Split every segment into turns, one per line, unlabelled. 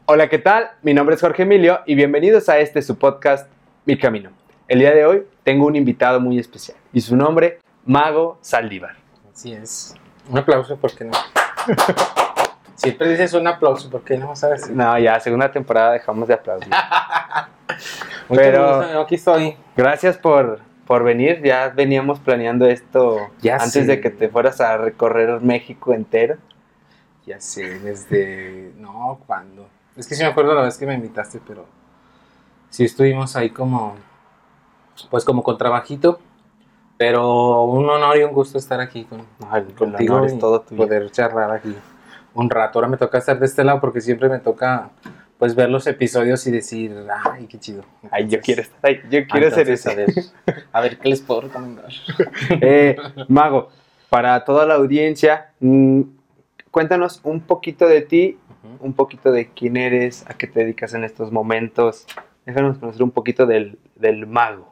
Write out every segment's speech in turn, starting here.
Hola, ¿qué tal? Mi nombre es Jorge Emilio y bienvenidos a su podcast, Mi Camino. El día de hoy tengo un invitado muy especial y su nombre, Mago Saldívar.
Así es. Un aplauso, ¿por qué no? Siempre dices un aplauso, ¿por qué no sabes?
No, ya, segunda temporada dejamos de aplaudir.
Mucho gusto, aquí estoy.
Gracias por venir, ya veníamos planeando esto
Ya
antes
sé.
de que te fueras a recorrer México entero.
Ya sé, desde... No, ¿cuándo? Es que sí me acuerdo la vez que me invitaste, pero... Sí estuvimos ahí como... Pues como con trabajito. Pero un honor y un gusto estar aquí contigo
honor es
y
todo tuyo.
poder charlar aquí un rato. Ahora me toca estar de este lado porque siempre me toca pues ver los episodios y decir, ay, qué chido. Entonces,
Ay, yo quiero estar ahí, yo quiero ser ese.
A ver, ¿qué les puedo recomendar?
Mago, para toda la audiencia, cuéntanos un poquito de ti, un poquito de quién eres, a qué te dedicas en estos momentos. Déjanos conocer un poquito del mago.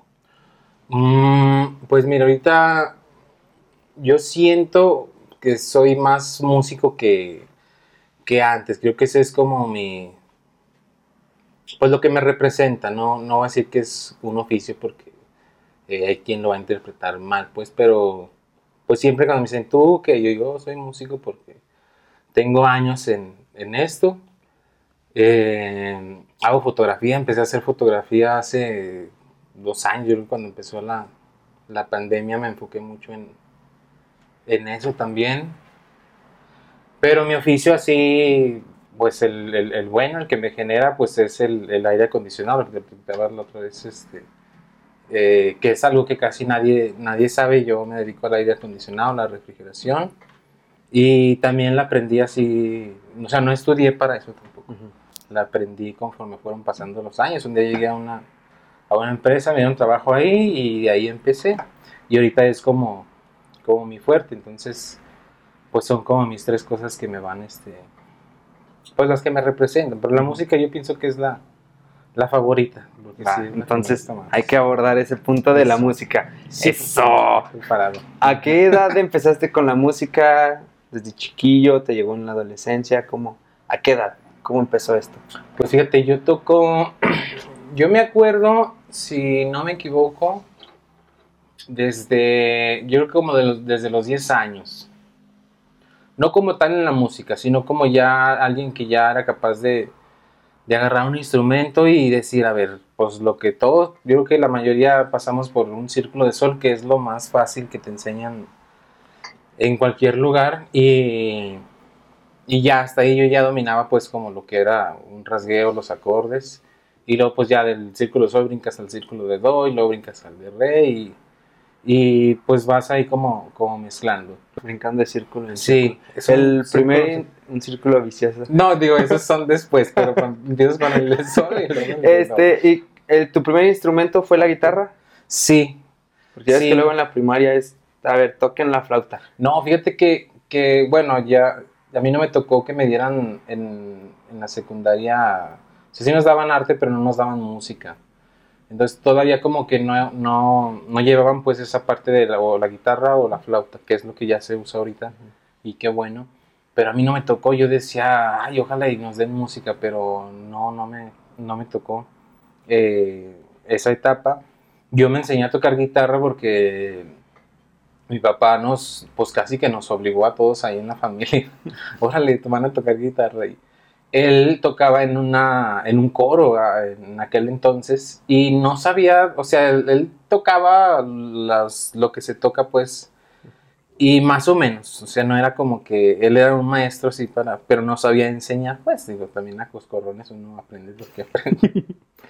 Pues mira, ahorita yo siento que soy más músico que antes. Creo que ese es como pues lo que me representa. No voy a decir que es un oficio porque hay quien lo va a interpretar mal, pues, pero pues siempre cuando me dicen tú, que yo digo, soy músico porque tengo años en esto. Hago fotografía, empecé a hacer fotografía hace 2 años. Yo creo que cuando empezó la pandemia me enfoqué mucho en eso también. Pero mi oficio así, pues el bueno, el que me genera, pues es el aire acondicionado, lo que te platicaba la otra vez, que es algo que casi nadie sabe. Yo me dedico al aire acondicionado, la refrigeración, y también la aprendí así, o sea, no estudié para eso tampoco. La aprendí conforme fueron pasando los años. Un día llegué a una empresa, me dieron trabajo ahí y de ahí empecé. Y ahorita es como mi fuerte. Entonces, pues son como mis tres cosas que me van, pues las que me representan. Pero la música yo pienso que es la favorita. Porque sí,
Entonces hay que abordar ese punto de la música.
Sí,
¡Eso!
Preparado.
¿A qué edad empezaste con la música? ¿Desde chiquillo? ¿Te llegó en la adolescencia? ¿A qué edad? ¿Cómo empezó esto?
Pues fíjate, yo me acuerdo, si no me equivoco, yo creo que como desde los 10 años. No como tal en la música, sino como ya alguien que ya era capaz de agarrar un instrumento y decir, a ver, pues lo que todos, yo creo que la mayoría pasamos por un círculo de sol, que es lo más fácil que te enseñan en cualquier lugar, y ya hasta ahí yo ya dominaba pues como lo que era un rasgueo, los acordes, y luego pues ya del círculo de sol brincas al círculo de do, y luego brincas al de re, y pues vas ahí como mezclando.
Brincando de círculo en
Sí.
círculo. Un círculo vicioso.
No, digo, esos son después, pero empiezas con el de sol y luego el
¿Y tu primer instrumento fue la guitarra?
Sí.
Porque ya es que luego en la primaria a ver, toquen la flauta.
No, fíjate que bueno, ya a mí no me tocó que me dieran en la secundaria. O sea, sí nos daban arte, pero no nos daban música. Entonces todavía como que no llevaban pues esa parte de o la guitarra o la flauta, que es lo que ya se usa ahorita. Y qué bueno. Pero a mí no me tocó. Yo decía, ay, ojalá y nos den música, pero no me tocó esa etapa. Yo me enseñé a tocar guitarra porque mi papá pues casi que nos obligó a todos ahí en la familia. Órale, te van a tocar guitarra. Y él tocaba en un coro en aquel entonces y no sabía, o sea, él tocaba lo que se toca pues, y más o menos, o sea, no era como que él era un maestro así pero no sabía enseñar, pues digo, también a coscorrones uno aprende lo que aprende.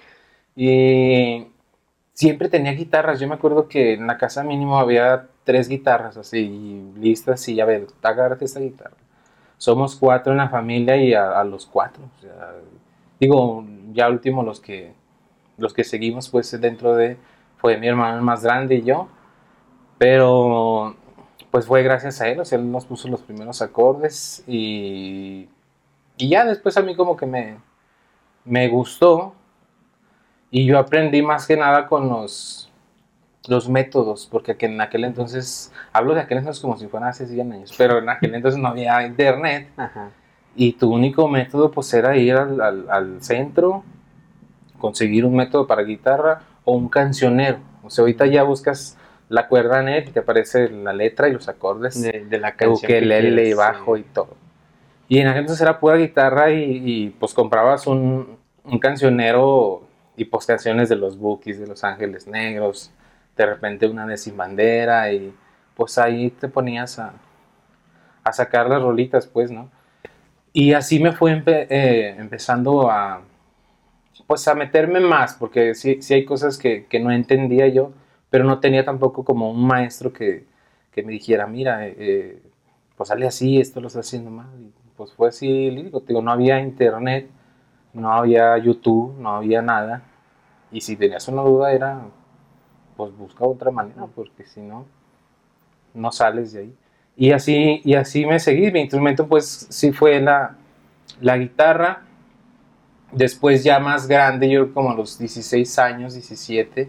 Y siempre tenía guitarras. Yo me acuerdo que en la casa mínimo había 3 guitarras así listas y a ver, agárrate esta guitarra. Somos 4 en la familia y a los 4. O sea, digo, ya último los que seguimos pues fue mi hermano el más grande y yo. Pero pues fue gracias a él, o sea, él nos puso los primeros acordes y ya después a mí como que me gustó. Y yo aprendí más que nada con los métodos, porque en aquel entonces, hablo de aquel entonces como si fueran hace 100 años, pero en aquel entonces no había internet.
Ajá.
y tu único método pues era ir al centro, conseguir un método para guitarra o un cancionero. O sea, ahorita ya buscas la cuerda net y te aparece la letra y los acordes
de la canción que
ukelele y
quieres,
bajo
sí.
y todo. Y en aquel entonces era pura guitarra y pues comprabas un cancionero y pues canciones de los Bookies, de Los Ángeles Negros, de repente una de Sin Bandera y pues ahí te ponías a sacar las rolitas pues, ¿no? Y así me fue empezando pues a meterme más, porque sí hay cosas que no entendía yo, pero no tenía tampoco como un maestro que me dijera, mira, pues sale así, esto lo estás haciendo mal. Y pues fue así, digo, no había internet, no había YouTube, no había nada. Y si tenías una duda era, pues busca otra manera, porque si no, no sales de ahí. Y así me seguí. Mi instrumento pues sí fue la guitarra. Después ya más grande, yo como a los 16 años, 17,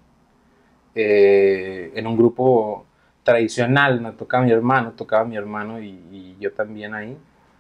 en un grupo tradicional, me tocaba mi hermano y yo también ahí.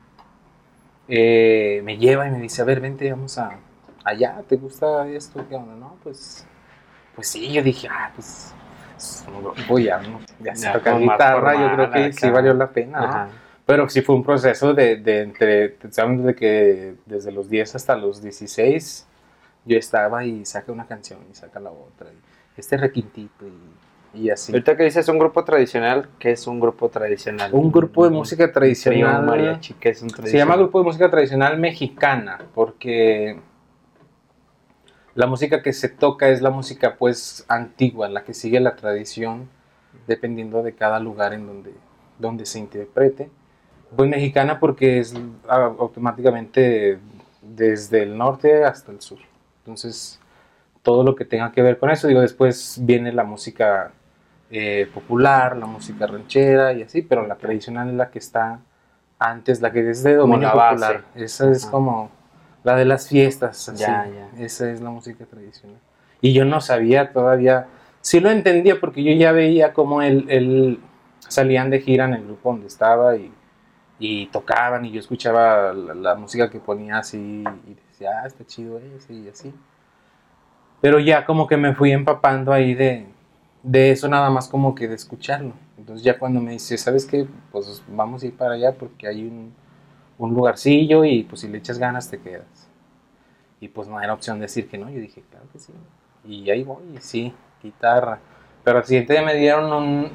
Me lleva y me dice, a ver, vente, vamos allá, ¿te gusta esto? ¿Qué onda? No, pues sí, yo dije, pues es un grupo ya se
Ya
toca
como más
guitarra, yo creo
formal
que sí
acá.
valió la pena, ¿no?
Ajá.
Pero sí fue un proceso de que desde los 10 hasta los 16 yo estaba y saca una canción y saca la otra, y este requintito y así.
Ahorita que dices un grupo tradicional, ¿qué es un grupo tradicional?
Un grupo de música tradicional.
Un mariachi, ¿qué es un tradicional?
Se llama grupo de música tradicional mexicana, porque la música que se toca es la música pues antigua, la que sigue la tradición, dependiendo de cada lugar en donde se interprete. Pues mexicana porque es automáticamente desde el norte hasta el sur. Entonces, todo lo que tenga que ver con eso, digo, después viene la música popular, la música ranchera y así, pero la tradicional es la que está antes, la que es de dominio popular. Esa es como la de las fiestas, así.
Ya.
Esa es la música tradicional. Y yo no sabía todavía, sí lo entendía porque yo ya veía cómo él salían de gira en el grupo donde estaba y tocaban y yo escuchaba la música que ponía así y decía, está chido ese y así. Pero ya como que me fui empapando ahí de eso nada más como que de escucharlo. Entonces ya cuando me dice, ¿sabes qué? Pues vamos a ir para allá porque hay un lugarcillo y pues si le echas ganas te quedas. Y pues no era opción decir que no, yo dije, claro que sí. Y ahí voy, y sí, guitarra. Pero al siguiente día me dieron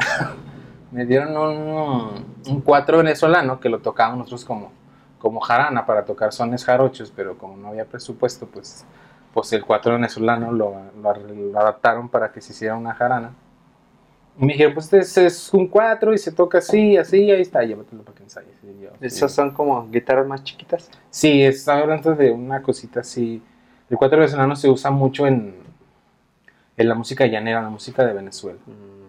un cuatro venezolano que lo tocábamos nosotros como jarana para tocar sones jarochos, pero como no había presupuesto, pues el cuatro venezolano lo adaptaron para que se hiciera una jarana. Y me dijeron, pues este es un cuatro y se toca así, así, ahí está, llévatelo para que ensayes.
¿Esas son como guitarras más chiquitas?
Sí, está hablando de una cosita así. El cuatro venezolano se usa mucho en la música llanera, la música de Venezuela.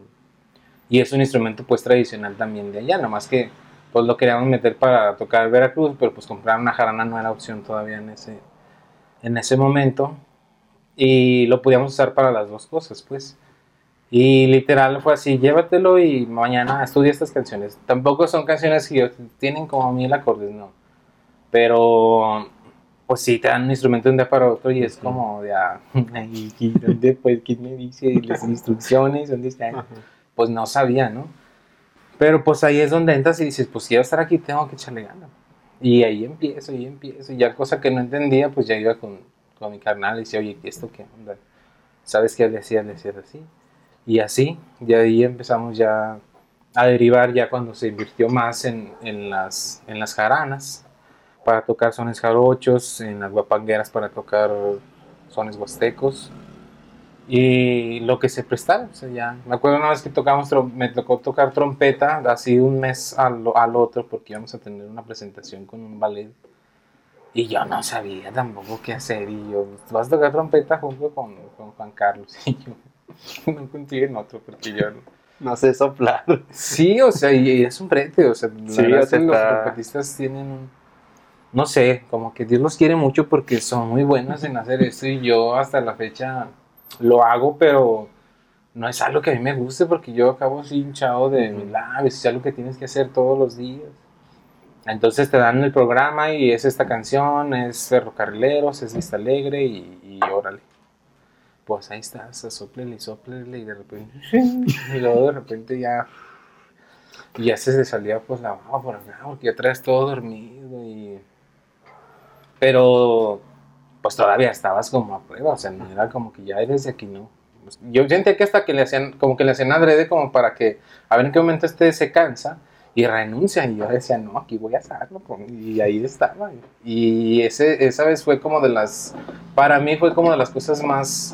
Y es un instrumento pues tradicional también de allá, nomás que pues lo queríamos meter para tocar Veracruz, pero pues comprar una jarana no era opción todavía en ese momento. Y lo podíamos usar para las dos cosas, pues. Y literal fue así, llévatelo y mañana estudia estas canciones. Tampoco son canciones que tienen como 1000 acordes, no. Pero pues sí, te dan un instrumento de un día para otro y es como de, ¿dónde pues quién me dice las instrucciones? ¿Dónde están? Pues no sabía, ¿no? Pero pues ahí es donde entras y dices, pues si quiero estar aquí tengo que echarle ganas. Y ahí empiezo. Y ya cosa que no entendía, pues ya iba con mi carnal y decía, oye, ¿esto qué onda? ¿Sabes qué le hacía así? Y así, de ahí empezamos ya a derivar ya cuando se invirtió más en las jaranas para tocar sones jarochos, en las guapangueras para tocar sones huastecos y lo que se prestara. O sea, ya me acuerdo una vez que me tocó tocar trompeta así un mes al otro porque íbamos a tener una presentación con un ballet y yo no sabía tampoco qué hacer y yo, vas a tocar trompeta junto con Juan Carlos y yo no consiguen otro porque yo
no sé soplar.
Sí, o sea, y es un brete, o sea,
sí,
los trompetistas tienen no sé, como que Dios los quiere mucho porque son muy buenos en hacer esto y yo hasta la fecha lo hago, pero no es algo que a mí me guste porque yo acabo así hinchado de mis labios, es algo que tienes que hacer todos los días. Entonces te dan el programa y es esta canción, es Ferrocarrileros, es Vista Alegre y órale. Pues ahí estás, sóplele y de repente, y luego de repente ya se salía pues la baba por acá, porque ya traes todo dormido pero pues todavía estabas como a prueba, o sea, no era como que ya eres de aquí, ¿no? Yo sentía que hasta que le hacían, como que le hacían adrede como para que, a ver en qué momento se cansa y renuncia, y yo decía, no, aquí voy a hacerlo, y ahí estaba, y esa vez fue como de para mí fue como de las cosas más,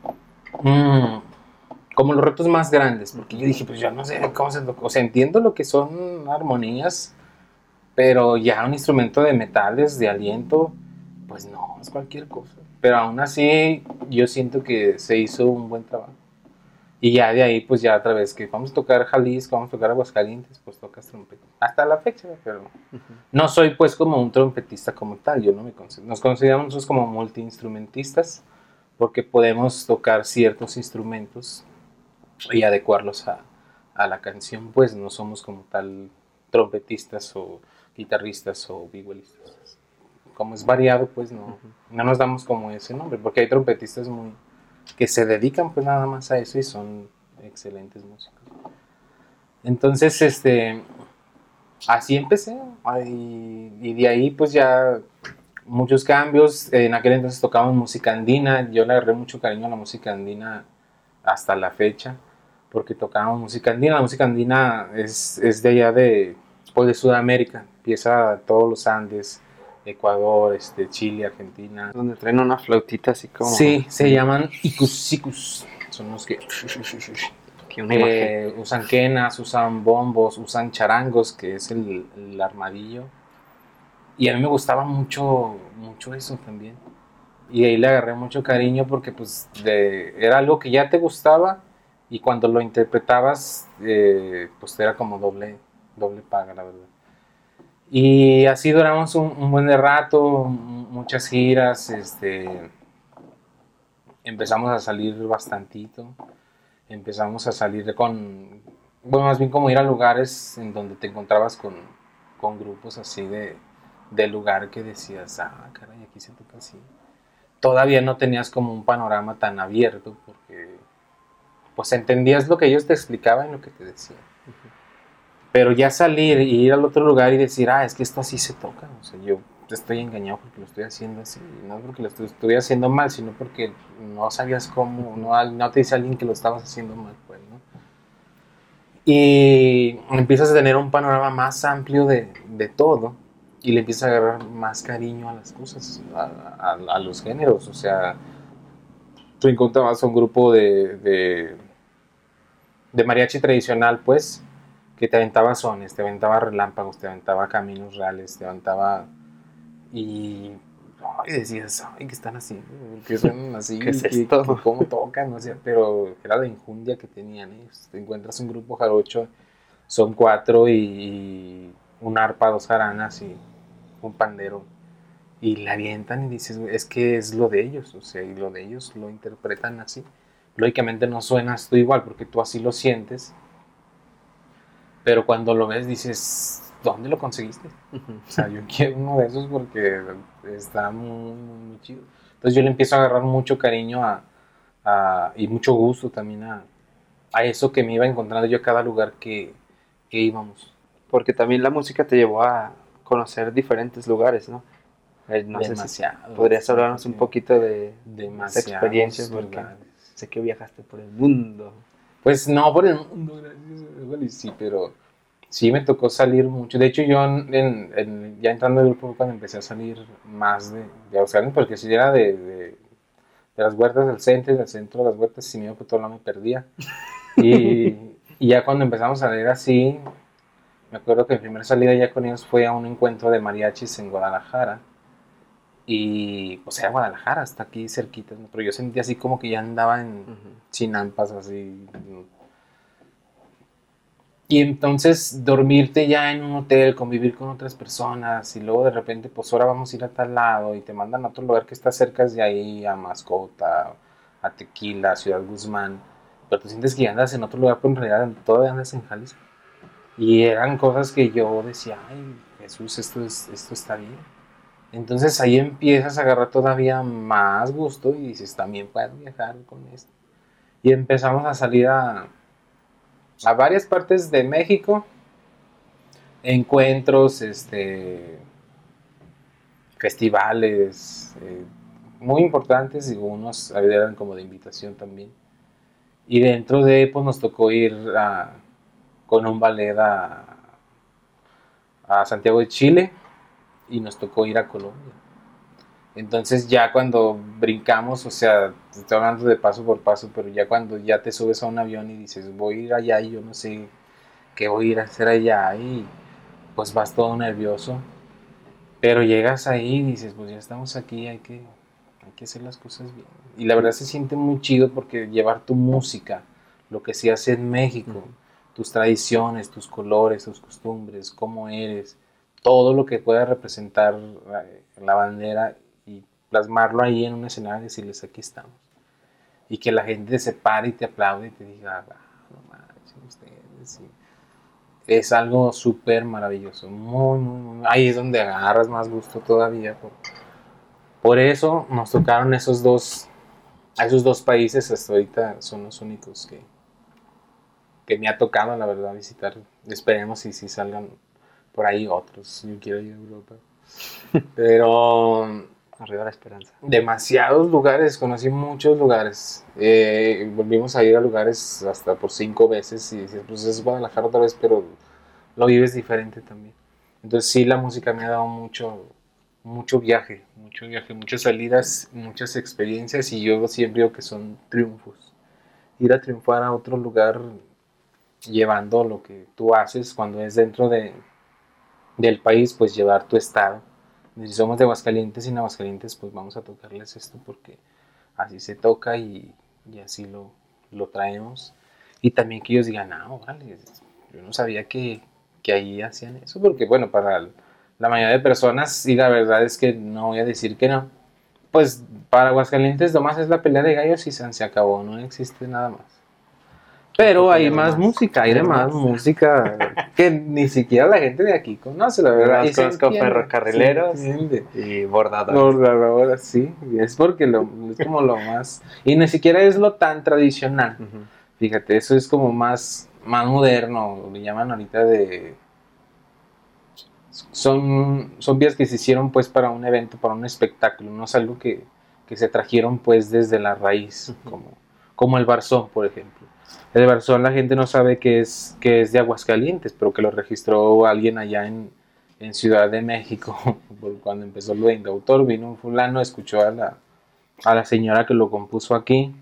como los retos más grandes, porque yo dije, pues yo no sé cómo o sea, entiendo lo que son armonías, pero ya un instrumento de metales, de aliento, pues no, es cualquier cosa. Pero aún así, yo siento que se hizo un buen trabajo. Y ya de ahí, pues ya otra vez que vamos a tocar Jalisco, vamos a tocar Aguascalientes, pues tocas trompeta. Hasta la fecha, pero no soy pues como un trompetista como tal, yo no me considero. Nos consideramos nosotros como multiinstrumentistas porque podemos tocar ciertos instrumentos y adecuarlos a la canción, pues no somos como tal trompetistas o guitarristas o vihuelistas. Como es variado, pues no nos damos como ese nombre, porque hay trompetistas que se dedican pues nada más a eso y son excelentes músicos. Entonces, así empecé, y de ahí pues ya muchos cambios. En aquel entonces tocábamos música andina, yo le agarré mucho cariño a la música andina hasta la fecha, porque tocábamos música andina. La música andina es de allá pues de Sudamérica, empieza todos los Andes, Ecuador, Chile, Argentina.
Donde traen una flautita así como...
Sí, se llaman icusicus, son los que usan quenas, usan bombos, usan charangos, que es el armadillo. Y a mí me gustaba mucho eso también. Y ahí le agarré mucho cariño porque pues era algo que ya te gustaba, y cuando lo interpretabas pues era como doble paga, la verdad. Y así duramos un buen de rato, muchas giras, empezamos a salir bastantito, empezamos a salir bueno, más bien como ir a lugares en donde te encontrabas con grupos así de lugar que decías, caray, aquí se toca así. Todavía no tenías como un panorama tan abierto porque pues entendías lo que ellos te explicaban y lo que te decían. Pero ya salir y ir al otro lugar y decir, es que esto así se toca, o sea, yo estoy engañado porque lo estoy haciendo así, no porque lo estoy haciendo mal, sino porque no sabías cómo, no te dice alguien que lo estabas haciendo mal, pues, ¿no? Y empiezas a tener un panorama más amplio de todo, y le empiezas a agarrar más cariño a las cosas, a los géneros. O sea, tú encontrabas un grupo de mariachi tradicional, pues, que te aventaba sones, te aventaba relámpagos, te aventaba caminos reales, te aventaba... Y decías, ¿qué están haciendo? ¿Qué suenan así?
¿Qué es esto?
¿Cómo tocan? O sea, pero era la enjundia que tenían ellos. Te encuentras un grupo jarocho, son 4 y un arpa, 2 jaranas y un pandero, y la avientan y dices, es que es lo de ellos, o sea, y lo de ellos lo interpretan así. Lógicamente no suenas tú igual porque tú así lo sientes, pero cuando lo ves dices, ¿dónde lo conseguiste? O sea, yo quiero uno de esos porque está muy, muy chido. Entonces yo le empiezo a agarrar mucho cariño y mucho gusto también a eso que me iba encontrando yo a cada lugar que íbamos.
Porque también la música te llevó a conocer diferentes lugares, ¿no? No
Demasiado.
Sé si podrías hablarnos un poquito de esas experiencias, porque
lugares.
sé que viajaste por el mundo.
Pues no por el mundo, gracias, sí, pero sí me tocó salir mucho. De hecho, yo ya entrando al grupo, cuando empecé a salir más de Australia, porque si era de las huertas del centro de las huertas, si me iba por todo lado me perdía. Y ya cuando empezamos a salir así, me acuerdo que mi primera salida ya con ellos fue a un encuentro de mariachis en Guadalajara. Y pues era Guadalajara, hasta aquí cerquita, ¿no? Pero yo sentía así como que ya andaba en Chinampas, así. Y entonces dormirte ya en un hotel, convivir con otras personas, y luego de repente, pues ahora vamos a ir a tal lado, y te mandan a otro lugar que está cerca de ahí, a Mascota, a Tequila, a Ciudad Guzmán, pero tú sientes que ya andas en otro lugar, pero en realidad todavía andas en Jalisco. Y eran cosas que yo decía, ay, Jesús, esto está bien. Entonces ahí empiezas a agarrar todavía más gusto y dices, también puedo viajar con esto. Y empezamos a salir a varias partes de México, encuentros, festivales muy importantes y unos eran como de invitación también. Y dentro de, pues nos tocó ir con un ballet a Santiago de Chile y nos tocó ir a Colombia. Entonces ya cuando brincamos, o sea, te estoy hablando de paso por paso, pero ya cuando ya te subes a un avión y dices, voy a ir allá y yo no sé qué voy a ir a hacer allá y pues vas todo nervioso. Pero llegas ahí y dices, pues ya estamos aquí, hay que hacer las cosas bien. Y la verdad se siente muy chido porque llevar tu música, lo que se hace en México, tus tradiciones, tus colores, tus costumbres, cómo eres, todo lo que pueda representar la bandera y plasmarlo ahí en un escenario y decirles, aquí estamos. Y que la gente se pare y te aplaude y te diga, no manches, ustedes, sí. Es algo súper maravilloso, muy, muy, muy. Ahí es donde agarras más gusto todavía. Por eso nos tocaron esos dos países, hasta ahorita son los únicos que me ha tocado, la verdad, visitar. Esperemos y si salgan por ahí otros. Yo quiero ir a Europa. Pero
Arriba la esperanza.
demasiados lugares, conocí muchos lugares. Volvimos a ir a lugares hasta por 5 veces y dices, pues es Guadalajara otra vez, pero lo vives diferente también. Entonces sí, la música me ha dado mucho viaje, muchas salidas, muchas experiencias y yo siempre digo que son triunfos. Ir a triunfar a otro lugar llevando lo que tú haces cuando es dentro del país, pues llevar tu estado. Y si somos de Aguascalientes y en Aguascalientes, pues vamos a tocarles esto porque así se toca y así lo traemos. Y también que ellos digan, no, vale, yo no sabía que ahí hacían eso, porque bueno, para la mayoría de personas, y la verdad es que no voy a decir que no, pues para Aguascalientes nomás es la pelea de gallos y se acabó, no existe nada más. Pero hay más música, hay más música que ni siquiera la gente de aquí conoce, la verdad.
Yo conozco ferrocarrileros y bordadores.
Bordadoras, sí, y es porque es como lo más. Y ni siquiera es lo tan tradicional.
Ujú.
Fíjate, eso es como más moderno, le llaman ahorita de. Son vías que se hicieron pues para un evento, para un espectáculo, no es algo que se trajeron pues desde la raíz, como el Barzón, por ejemplo. El Barzón la gente no sabe que es de Aguascalientes, pero que lo registró alguien allá en Ciudad de México, cuando empezó lo de Indautor, vino un fulano, escuchó a la señora que lo compuso aquí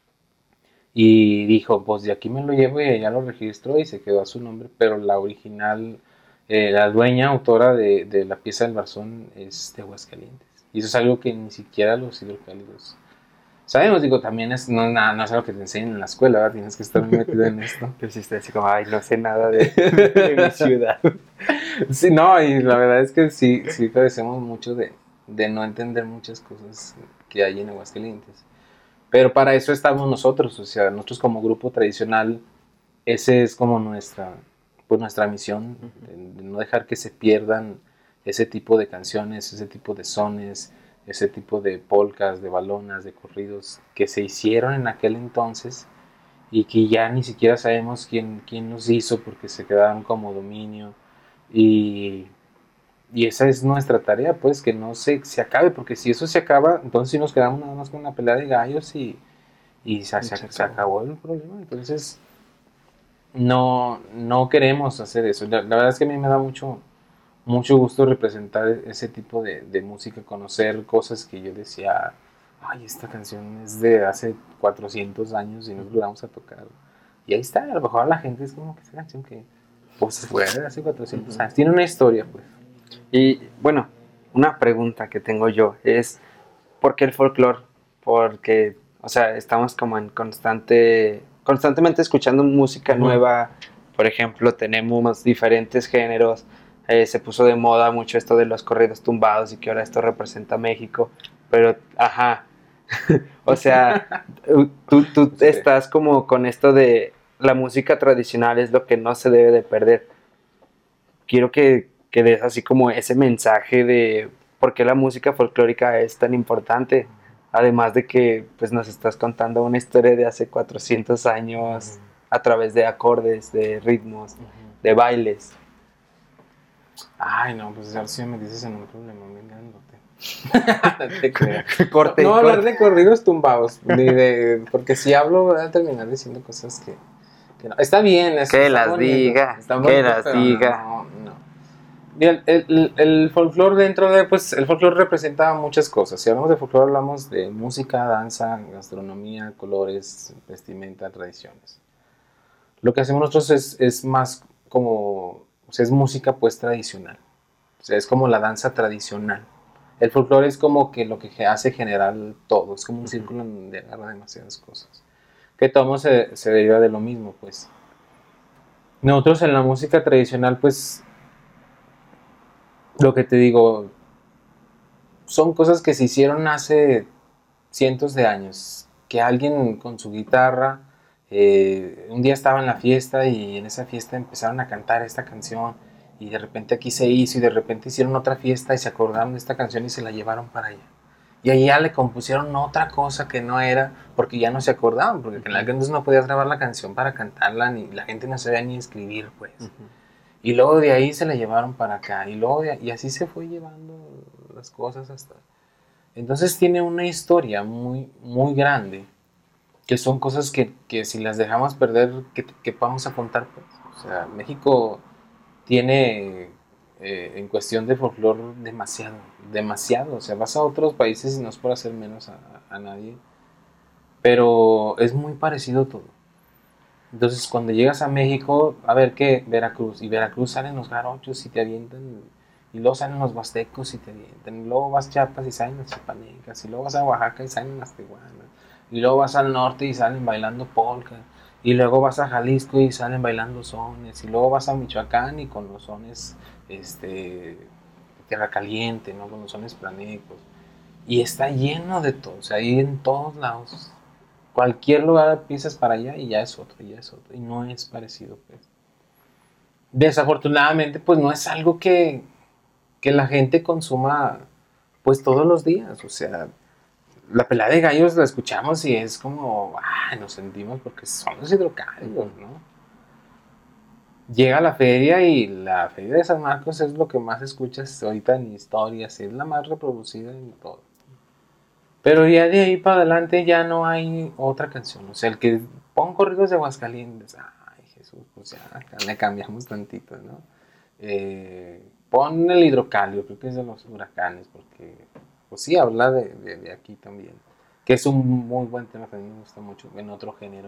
y dijo, pues de aquí me lo llevo y ella lo registró y se quedó a su nombre, pero la original, la dueña, autora de la pieza del Barzón es de Aguascalientes. Y eso es algo que ni siquiera los hidrocálidos sabemos, digo, también no es algo que te enseñen en la escuela, ¿verdad? Tienes que estar metido en esto.
Pero sí estoy así como, ay, no sé nada de mi ciudad.
Sí, no, y la verdad es que sí padecemos mucho de no entender muchas cosas que hay en Aguascalientes. Pero para eso estamos nosotros, o sea, nosotros como grupo tradicional, ese es como nuestra misión, de no dejar que se pierdan ese tipo de canciones, ese tipo de sones, ese tipo de polcas, de balonas, de corridos que se hicieron en aquel entonces y que ya ni siquiera sabemos quién los hizo porque se quedaron como dominio y, y esa es nuestra tarea, pues que no se acabe, porque si eso se acaba, entonces sí nos quedamos nada más con una pelea de gallos y se acabó el problema. Entonces no queremos hacer eso. La verdad es que a mí me da mucho gusto representar ese tipo de música, conocer cosas que yo decía, ay, esta canción es de hace 400 años y nos la vamos a tocar. Y ahí está, a lo mejor a la gente es como que esa canción que pues fue de hace 400 años. Tiene una historia, pues.
Y bueno, una pregunta que tengo yo es, ¿por qué el folclore? Porque, o sea, estamos como en constantemente escuchando música nueva. Por ejemplo, tenemos diferentes géneros. Se puso de moda mucho esto de los corridos tumbados y que ahora esto representa México. Pero, ajá, o sea, tú
Sí.
estás como con esto de la música tradicional es lo que no se debe de perder. Quiero que que des así como ese mensaje de por qué la música folclórica es tan importante. Además de que pues nos estás contando una historia de hace 400 años a través de acordes, de ritmos, de bailes.
Ay, no, pues ahora sí me dices en un problema bien grandote. Te creo.
Corte,
No hablar
corte.
de corridos tumbados, porque si hablo voy a terminar diciendo cosas que no. Está bien,
Que
están
las
bonitos,
diga,
están
que
bonitos,
las
pero
diga.
no. Bien, el folclore dentro de, pues, el folclore representa muchas cosas. Si hablamos de folclore, hablamos de música, danza, gastronomía, colores, vestimenta, tradiciones. Lo que hacemos nosotros es más como, o sea, es música pues tradicional. O sea, es como la danza tradicional. El folclore es como que lo que hace general todo. Es como un círculo donde agarra demasiadas cosas. Que todo se deriva de lo mismo, pues. Nosotros en la música tradicional, pues, lo que te digo, son cosas que se hicieron hace cientos de años. Que alguien con su guitarra, un día estaba en la fiesta y en esa fiesta empezaron a cantar esta canción y de repente aquí se hizo y de repente hicieron otra fiesta y se acordaron de esta canción y se la llevaron para allá. Y allá le compusieron otra cosa que no era, porque ya no se acordaban, porque en la entonces no podías grabar la canción para cantarla, ni la gente no sabía ni escribir, pues. Y luego de ahí se la llevaron para acá, y luego y así se fue llevando las cosas hasta... Entonces tiene una historia muy, muy grande, que son cosas que si las dejamos perder, que vamos a contar, pues. O sea, México tiene en cuestión de folclore demasiado, demasiado. O sea, vas a otros países y no es por hacer menos a nadie, pero es muy parecido todo. Entonces, cuando llegas a México, a ver qué, Veracruz, y Veracruz salen los jarochos y te avientan, y luego salen los huastecos y te avientan, y luego vas a Chiapas y salen las chipanecas, y luego vas a Oaxaca y salen las tehuanas, y luego vas al norte y salen bailando polka, y luego vas a Jalisco y salen bailando sones, y luego vas a Michoacán y con los sones, tierra caliente, ¿no? Con los sones planecos, y está lleno de todo, o sea, ahí en todos lados. Cualquier lugar pisas para allá y ya es otro, y ya es otro. Y no es parecido, pues. Desafortunadamente, pues no es algo que la gente consuma, pues todos los días. O sea, la pelada de gallos la escuchamos y es como, nos sentimos porque son los hidrocálidos, ¿no? Llega la feria y la feria de San Marcos es lo que más escuchas ahorita en historias, es la más reproducida en todo. Pero ya de ahí para adelante ya no hay otra canción. O sea, el que pon corridos de Aguascalientes, ay Jesús, pues ya le cambiamos tantito, ¿no? Pon el hidrocálido, creo que es de los huracanes, porque pues sí, habla de aquí también. Que es un muy buen tema, que a mí me gusta mucho, en otro género.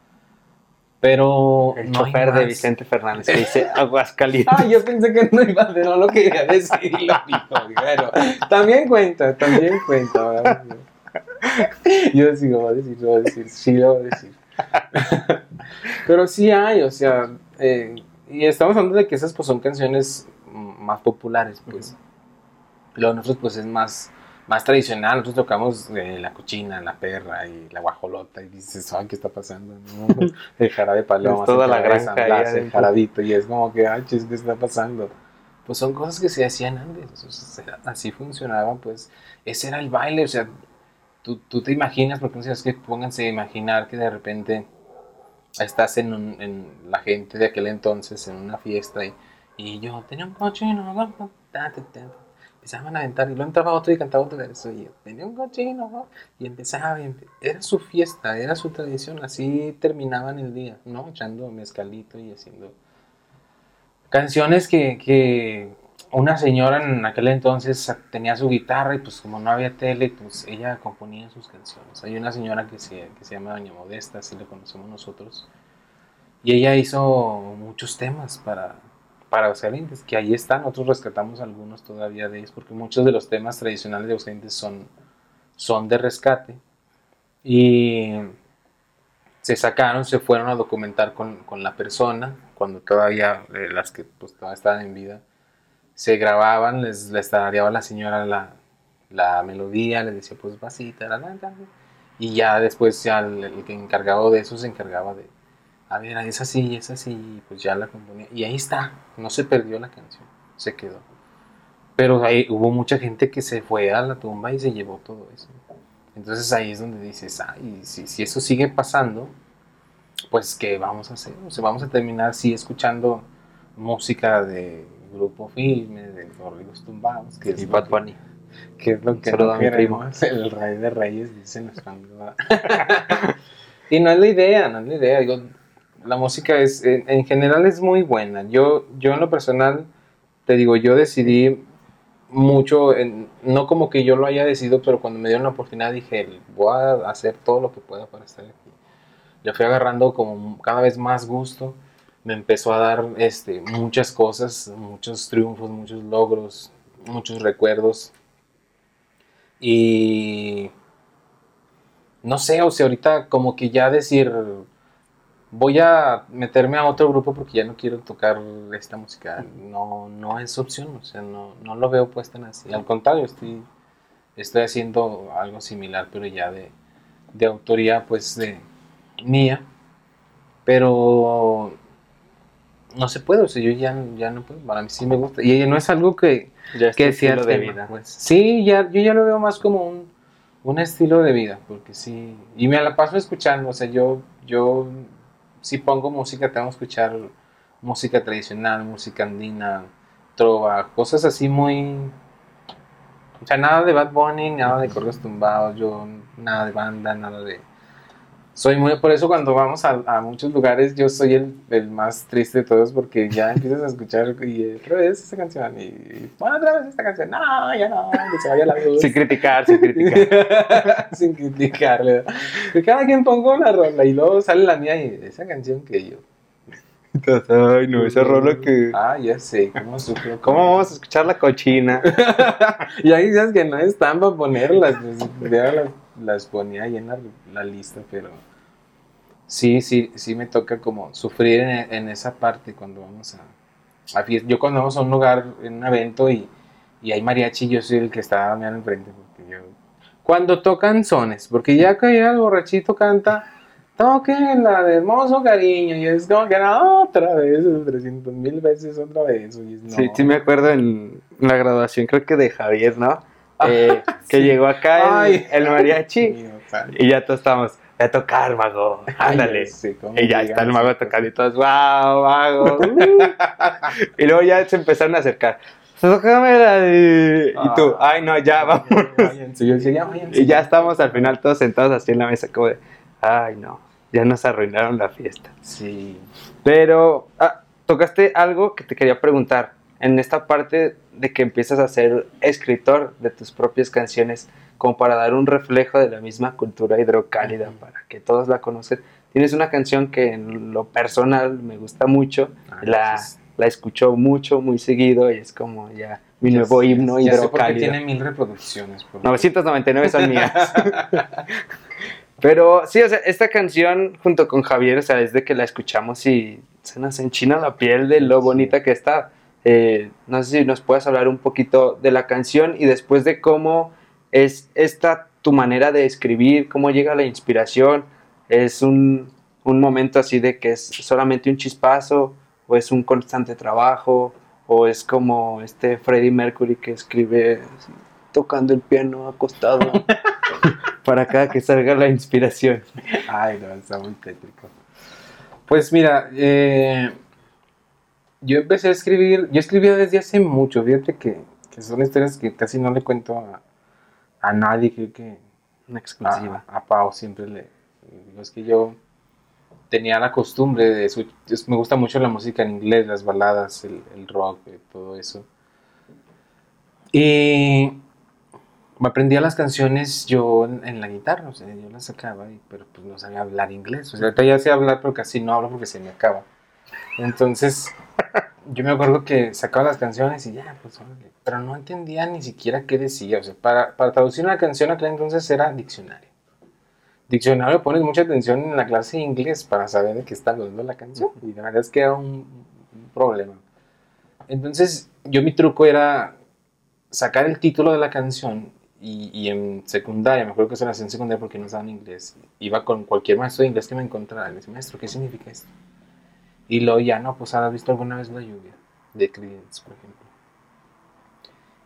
Pero
El
no hay
chofer de
más.
Vicente Fernández que dice Aguascalientes.
Ah, yo pensé que no iba a decir, no lo quería decir y lo dijo. Bueno, también cuenta, ¿verdad? Yo sí lo voy a decir, sí lo voy a decir. Pero sí hay, o sea, y estamos hablando de que esas pues son canciones más populares, pues. Lo de nosotros pues es más tradicional, nosotros tocamos la cochina, la perra y la guajolota y dices, ay, ¿qué está pasando? ¿No? El jarabe de palomas,
Es toda
el
la
jarabe de
granja
San
ahí
Blas, el
adentro.
jarabito y es como que, ay, chis, ¿qué está pasando? Pues son cosas que se hacían antes, o sea, así funcionaba, pues ese era el baile, o sea, tú te imaginas, porque no sé, es que pónganse a imaginar que de repente estás en la gente de aquel entonces en una fiesta y yo tenía un cochino, empezaban a aventar y luego entraba otro y cantaba otro verso y yo tenía un cochino y empezaba, era su fiesta, era su tradición, así terminaban el día, ¿no? Echando mezcalito y haciendo canciones que una señora en aquel entonces tenía su guitarra y pues como no había tele, pues ella componía sus canciones. Hay una señora que se llama Doña Modesta, así le conocemos nosotros, y ella hizo muchos temas para Aguascalientes, que ahí están, nosotros rescatamos algunos todavía de ellos, porque muchos de los temas tradicionales de Aguascalientes son de rescate. Y se sacaron, se fueron a documentar con la persona, cuando todavía las que pues, todavía estaban en vida, se grababan, les tarareaba la señora la melodía, les decía pues vasita, y ya después ya el que encargado de eso se encargaba a ver, es así, y pues ya la componía. Y ahí está, no se perdió la canción. se quedó. Pero ahí hubo mucha gente que se fue a la tumba y se llevó todo eso. Entonces ahí es donde dices, ay, si eso sigue pasando, pues ¿qué vamos a hacer? O sea, vamos a terminar sí escuchando música de grupo firme, de corridos tumbados, que
Y Bad Bunny.
que es lo que
Saludo
no
a mi primo.
queremos, el rey de reyes, dicen los amigos. Y no es la idea, no es la idea. Digo, la música es, en general es muy buena. Yo en lo personal, te digo, yo decidí mucho, no como que yo lo haya decidido, pero cuando me dieron la oportunidad dije, voy a hacer todo lo que pueda para estar aquí. Le fui agarrando como cada vez más gusto, me empezó a dar muchas cosas, muchos triunfos, muchos logros, muchos recuerdos. Y no sé, o sea, ahorita como que ya decir, voy a meterme a otro grupo porque ya no quiero tocar esta música, no es opción, o sea, no lo veo puesta en así. Al contrario, estoy haciendo algo similar, pero ya de autoría, pues, de mía. Pero no se puede, o sea, yo ya no puedo, para mí sí me gusta. Y no es algo
Ya es
que
tu
sea
estilo de
tema,
vida.
pues. Sí, yo ya lo veo más como un estilo de vida, porque sí, y me la paso escuchando, o sea, yo si pongo música, tengo que escuchar música tradicional, música andina, trova, cosas así muy, o sea, nada de Bad Bunny, nada de corridos tumbados, yo nada de banda, nada de... Soy muy, por eso cuando vamos a muchos lugares yo soy el más triste de todos porque ya empiezas a escuchar y otra vez esta canción y bueno, otra vez esta canción, no, ya no, que se vaya la luz.
Sin criticar, sin criticar.
Sin criticarle. Que cada quien ponga una rola y luego sale la mía y esa canción que yo.
Ay, no, esa rola que...
Ah, ya sé, cómo sufro.
¿Cómo vamos a escuchar la cochina?
Y ahí dices que no están para ponerlas, pues, ya las ponía ahí en la lista, pero sí me toca como sufrir en esa parte cuando vamos a fiesta. Yo cuando vamos a un lugar, en un evento y hay mariachi, yo soy el que está mirando enfrente, porque yo... Cuando tocan sones, porque ya que el borrachito canta, toquen la de hermoso cariño, y es como que no, otra vez, 300,000 veces otra vez, y es, no.
Sí, sí me acuerdo en la graduación, creo que de Javier, ¿no? Que
Sí.
llegó acá
Ay.
el mariachi
Mío, santo.
y ya todos estábamos, voy a tocar, mago, ándale.
Ay, ya sé, cómo
Y ya
llegan
está el
esas
mago
cosas.
tocando y todos, wow, mago. Y luego ya se empezaron a acercar. Tócame la de... Y tú, ay no, ya, vamos.
Váyanse. Yo decía, ya váyanse.
Y ya estamos al final todos sentados así en la mesa, como de, ay no, ya nos arruinaron la fiesta.
Sí.
Pero tocaste algo que te quería preguntar. En esta parte de que empiezas a ser escritor de tus propias canciones, como para dar un reflejo de la misma cultura hidrocálida, para que todos la conozcan. Tienes una canción que en lo personal me gusta mucho, la escucho mucho, muy seguido, y es como ya mi nuevo himno
ya sé por qué
hidrocálido.
tiene 1000 reproducciones.
999 son mías. Pero sí, o sea, esta canción junto con Javier, o sea, es de que la escuchamos y se nos enchina la piel de lo bonita que está. No sé si nos puedes hablar un poquito de la canción y después de cómo es esta tu manera de escribir, cómo llega la inspiración. ¿Es un momento así de que es solamente un chispazo o es un constante trabajo o es como este Freddie Mercury que escribe así, tocando el piano acostado para cada que salga la inspiración?
Ay, no, está muy tétrico. Pues mira, yo empecé a escribir, yo escribía desde hace mucho, fíjate que son historias que casi no le cuento a nadie, creo que
Una exclusiva.
a Pau siempre le digo, es que yo tenía la costumbre me gusta mucho la música en inglés, las baladas, el rock, todo eso. Y me aprendía las canciones yo en la guitarra, o sea, yo las sacaba, pero pues no sabía hablar inglés. O sea, ahorita ya sé hablar, pero casi no hablo porque se me acaba. Entonces, yo me acuerdo que sacaba las canciones y ya, pues órale. Pero no entendía ni siquiera qué decía. O sea, para traducir una canción aquel entonces era diccionario. Diccionario pones mucha atención en la clase de inglés para saber de qué está hablando la canción. Y la verdad es que era un problema. Entonces, mi truco era sacar el título de la canción y en secundaria, me acuerdo que eso lo hacía en secundaria porque no sabía inglés. Iba con cualquier maestro de inglés que me encontrara y me decía, maestro, ¿qué significa esto? Y luego ya, no, pues ¿has visto alguna vez La lluvia? De Creedence, por ejemplo.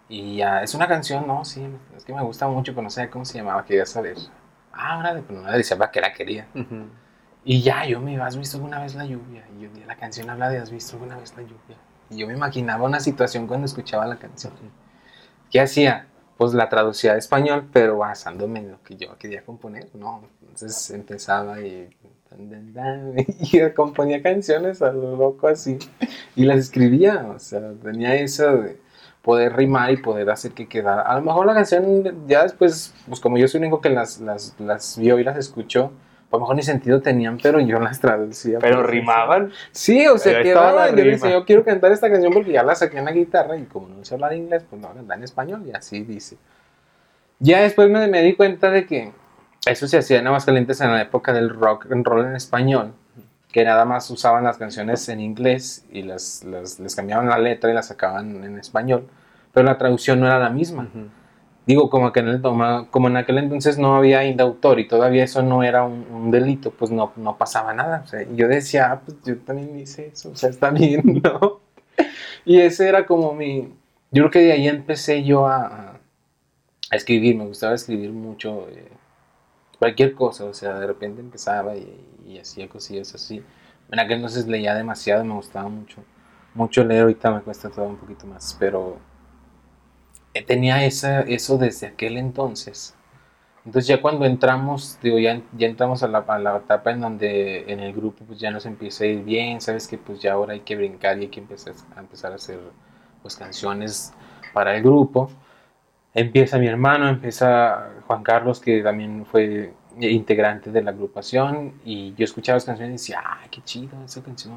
Y ya, es una canción, no, sí, es que me gusta mucho, pero no sé cómo se llamaba, quería saber. Ah, órale, pero no le decía para qué la quería. Y ya, yo me iba, ¿has visto alguna vez la lluvia? Y yo, la canción habla de ¿has visto alguna vez la lluvia? Y yo me imaginaba una situación cuando escuchaba la canción. ¿Qué hacía? Pues la traducía a español, pero basándome en lo que yo quería componer, ¿no? Entonces empezaba y y componía canciones a lo loco así. Y las escribía, o sea, tenía eso de poder rimar y poder hacer que quedara. A lo mejor la canción ya después, pues como yo soy el único que las vio y las escuchó, a lo mejor ni sentido tenían, pero yo las traducía.
Pero
Pues,
rimaban.
sí, o sea,
Ahí estaba la
quedaban. Yo decía,
rima.
yo quiero cantar esta canción porque ya la saqué en la guitarra y como no sé hablar inglés, pues no, cantar en español y así dice. Ya después me di cuenta de que eso se hacía en Aguascalientes en la época del rock and roll en español, que nada más usaban las canciones en inglés y les cambiaban la letra y las sacaban en español, pero la traducción no era la misma. Digo, como en aquel entonces no había indautor y todavía eso no era un delito, pues no pasaba nada. O sea, y yo decía, ah, pues yo también hice eso, o sea, está bien, ¿no? Y ese era como yo creo que de ahí empecé yo a escribir, me gustaba escribir mucho, cualquier cosa, o sea, de repente empezaba y hacía cosillas así. En aquel entonces leía demasiado, me gustaba mucho leer, ahorita me cuesta todo un poquito más, pero tenía eso desde aquel entonces. Entonces ya cuando entramos, digo, ya entramos a la etapa en donde en el grupo pues ya nos empieza a ir bien, sabes que pues ya ahora hay que brincar y hay que empezar a hacer pues canciones para el grupo. Empieza mi hermano, empieza Juan Carlos, que también fue integrante de la agrupación, y yo escuchaba las canciones y decía, ¡ay, qué chido esa canción!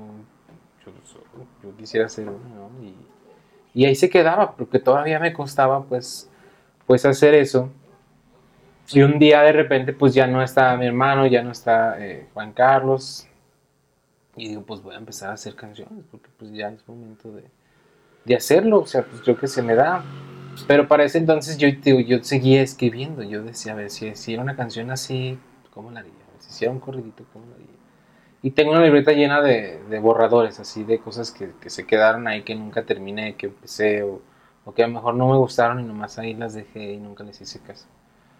Yo quisiera hacer una, ¿no? Y ahí se quedaba, porque todavía me costaba pues hacer eso. Y un día de repente pues ya no está mi hermano, ya no está Juan Carlos, y digo, pues voy a empezar a hacer canciones, porque pues ya es momento de hacerlo, o sea, pues creo que se me da. Pero para ese entonces yo seguía escribiendo, yo decía, a ver, si era una canción así, ¿cómo la haría? Si hiciera un corridito, ¿cómo la haría? Y tengo una libreta llena de borradores, así, de cosas que se quedaron ahí, que nunca terminé, que empecé, o que a lo mejor no me gustaron y nomás ahí las dejé y nunca les hice caso.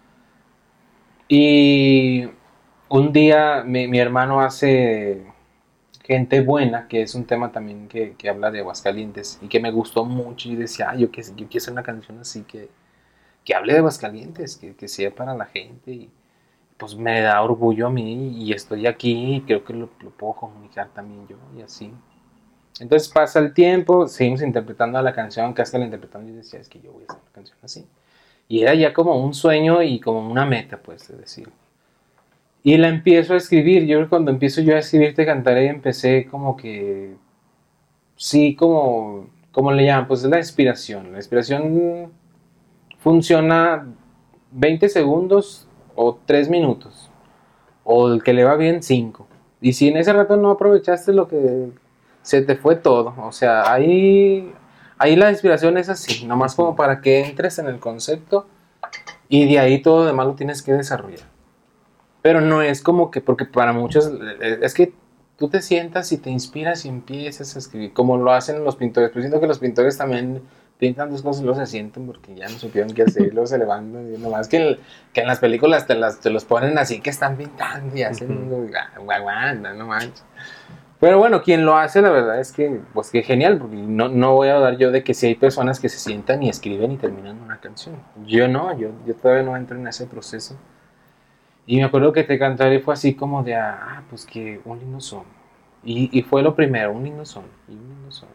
Y un día mi hermano hace Gente Buena, que es un tema también que habla de Aguascalientes y que me gustó mucho y decía, yo quiero hacer una canción así que hable de Aguascalientes, que sea para la gente y pues me da orgullo a mí y estoy aquí y creo que lo puedo comunicar también yo y así. Entonces pasa el tiempo, seguimos interpretando la canción, que hasta la interpretando y decía, es que yo voy a hacer una canción así. Y era ya como un sueño y como una meta, pues, de decir. Y la empiezo a escribir, yo creo que cuando empiezo yo a escribir Te Cantaré, empecé como que, sí, como le llaman, pues es la inspiración. La inspiración funciona 20 segundos o 3 minutos. O el que le va bien 5. Y si en ese rato no aprovechaste lo que se te fue todo. O sea, ahí la inspiración es así. Nomás como para que entres en el concepto y de ahí todo lo demás lo tienes que desarrollar. Pero no es como que, porque para muchos es que tú te sientas y te inspiras y empiezas a escribir, como lo hacen los pintores. Pues siento que los pintores también pintan dos cosas y luego se sienten porque ya no supieron qué hacer, y luego se levantan. Y nomás que en las películas te los ponen así que están pintando y hacen guaguanda, no manches. Pero bueno, quien lo hace, la verdad es que, pues que genial, porque no voy a dudar yo de que si hay personas que se sientan y escriben y terminan una canción. Yo no, yo todavía no entro en ese proceso. Y me acuerdo que Te Cantaré fue así como de, pues que un lindo son. Y fue lo primero, un lindo son, y un lindo son.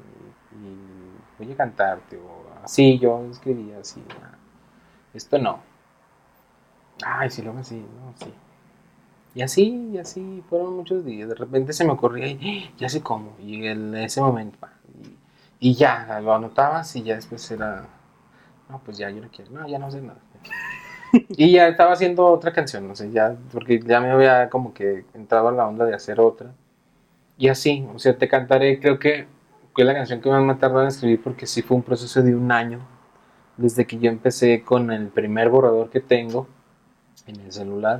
Y voy a cantarte, o así, yo escribía así, esto no. Ay, sí, luego sí, no, sí. Y así fueron muchos días. De repente se me ocurría y ya sé cómo. Y en ese momento, y ya, lo anotabas y ya después era, no, pues ya yo no quiero, no, ya no sé nada. Y ya estaba haciendo otra canción, no sé, ya, porque ya me había como que entrado a la onda de hacer otra. Y así, o sea, Te Cantaré, creo que fue la canción que más me tardó en escribir porque sí fue un proceso de un año, desde que yo empecé con el primer borrador que tengo en el celular,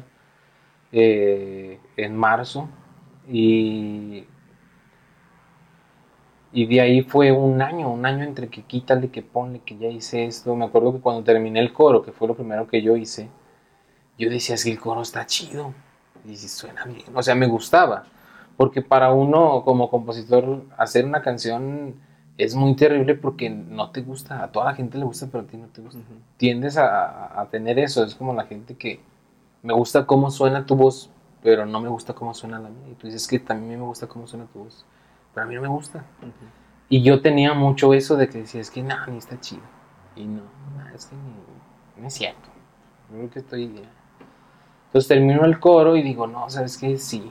en marzo, y, Y de ahí fue un año entre que quítale, que ponle, que ya hice esto. Me acuerdo que cuando terminé el coro, que fue lo primero que yo hice, yo decía, es que el coro está chido. Y si suena bien. O sea, me gustaba. Porque para uno como compositor hacer una canción es muy terrible porque no te gusta. A toda la gente le gusta, pero a ti no te gusta. Tiendes a tener eso. Es como la gente que me gusta cómo suena tu voz, pero no me gusta cómo suena la mía. Y tú dices que también me gusta cómo suena tu voz, pero a mí no me gusta. Y yo tenía mucho eso de que decía, es que nada, ni está chido. Y no, es que no es cierto. Yo creo que estoy bien. Entonces termino el coro y digo, no, ¿sabes qué? Sí.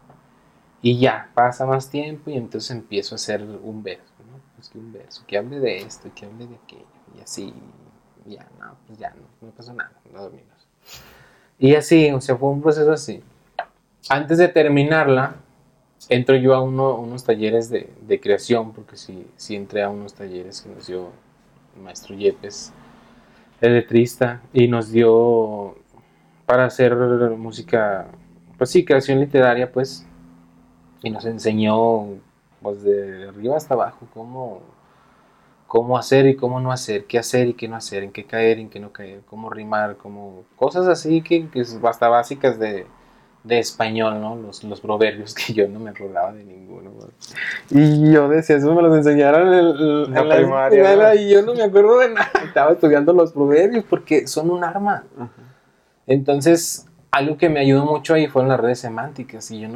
Y ya, pasa más tiempo y entonces empiezo a hacer un verso, ¿no? Pues que un verso, que hable de esto, que hable de aquello. Y así, ya, no, pues ya, no pasó nada, no dormimos. Y así, o sea, fue un proceso así. Antes de terminarla, entro yo a unos talleres de creación, porque sí entré a unos talleres que nos dio el maestro Yepes, el letrista, y nos dio para hacer música, pues sí, creación literaria, pues, y nos enseñó, pues, de arriba hasta abajo, cómo hacer y cómo no hacer, qué hacer y qué no hacer, en qué caer y en qué no caer, cómo rimar, cosas así que hasta básicas de español, ¿no? Los proverbios que yo no me acordaba de ninguno. ¿No? Y yo decía, eso me los enseñaron en la primaria, ¿no? Y yo no me acuerdo de nada. Estaba estudiando los proverbios porque son un arma. Entonces, algo que me ayudó mucho ahí fueron las redes semánticas y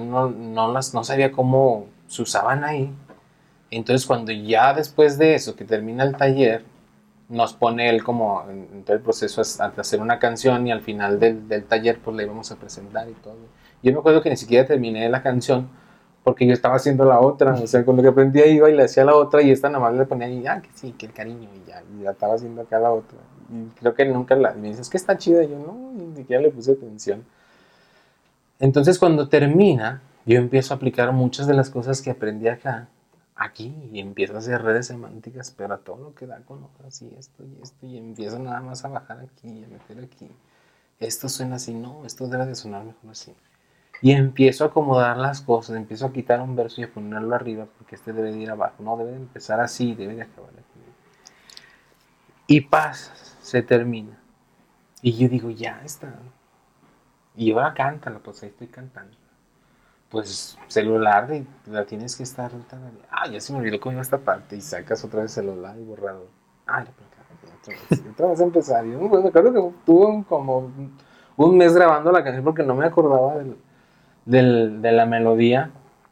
no sabía cómo se usaban ahí. Entonces, cuando ya después de eso, que termina el taller, nos pone él como en todo el proceso a hacer una canción y al final del taller pues la íbamos a presentar y todo. Yo me acuerdo que ni siquiera terminé la canción porque yo estaba haciendo la otra, o sea, con lo que aprendía iba y le hacía la otra y esta nada más le ponía y que sí, que el cariño y ya estaba haciendo acá la otra. Y creo que nunca me dice, es que está chida, y yo no, ni siquiera le puse atención. Entonces cuando termina, yo empiezo a aplicar muchas de las cosas que aprendí acá aquí y empiezo a hacer redes semánticas, pero a todo lo que da con hojas y esto, y empiezo nada más a bajar aquí y a meter aquí. Esto suena así, no, esto debe de sonar mejor así. Y empiezo a acomodar las cosas, empiezo a quitar un verso y a ponerlo arriba porque este debe de ir abajo, no, debe de empezar así, debe de acabar aquí. Y pasa, se termina. Y yo digo, ya está. Y ahora cántala, pues ahí estoy cantando. Pues celular, la tienes que estar. Ya se me olvidó cómo iba esta parte. Y sacas otra vez celular y borrador. Ya por acá, otra vez a empezar. Yo me acuerdo que tuve como un mes grabando la canción porque no me acordaba de la melodía.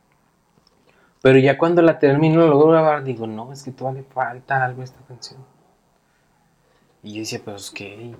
Pero ya cuando la termino, lo logro grabar, digo, no, es que todavía le falta algo a esta canción. Y yo decía, pues qué.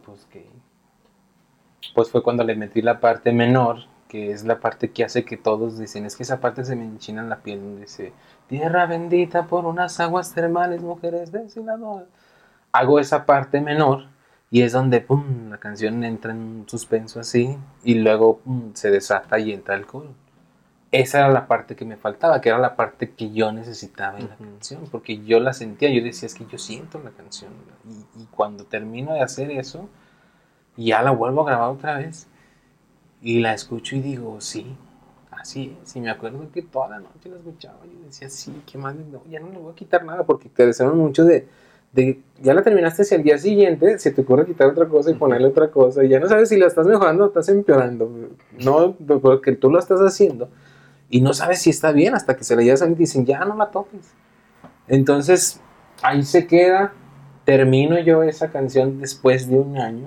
Pues fue cuando le metí la parte menor, que es la parte que hace que todos dicen, es que esa parte se me enchina en la piel, donde dice, tierra bendita por unas aguas termales, mujeres deshiladoras. Hago esa parte menor y es donde, pum, la canción entra en un suspenso así y luego, pum, se desata y entra el coro. Esa era la parte que me faltaba, que era la parte que yo necesitaba en la canción, porque yo la sentía, yo decía, es que yo siento la canción. Y cuando termino de hacer eso, ya la vuelvo a grabar otra vez y la escucho y digo, sí, así es. Y me acuerdo que toda la noche la escuchaba y decía, sí, qué más, no, ya no le voy a quitar nada porque te deseamos mucho ya la terminaste si al día siguiente se te ocurre quitar otra cosa y ponerle otra cosa y ya no sabes si la estás mejorando o estás empeorando. No, porque tú lo estás haciendo y no sabes si está bien hasta que se la llevas a alguien y dicen, ya no la toques. Entonces, ahí se queda. Termino yo esa canción después de un año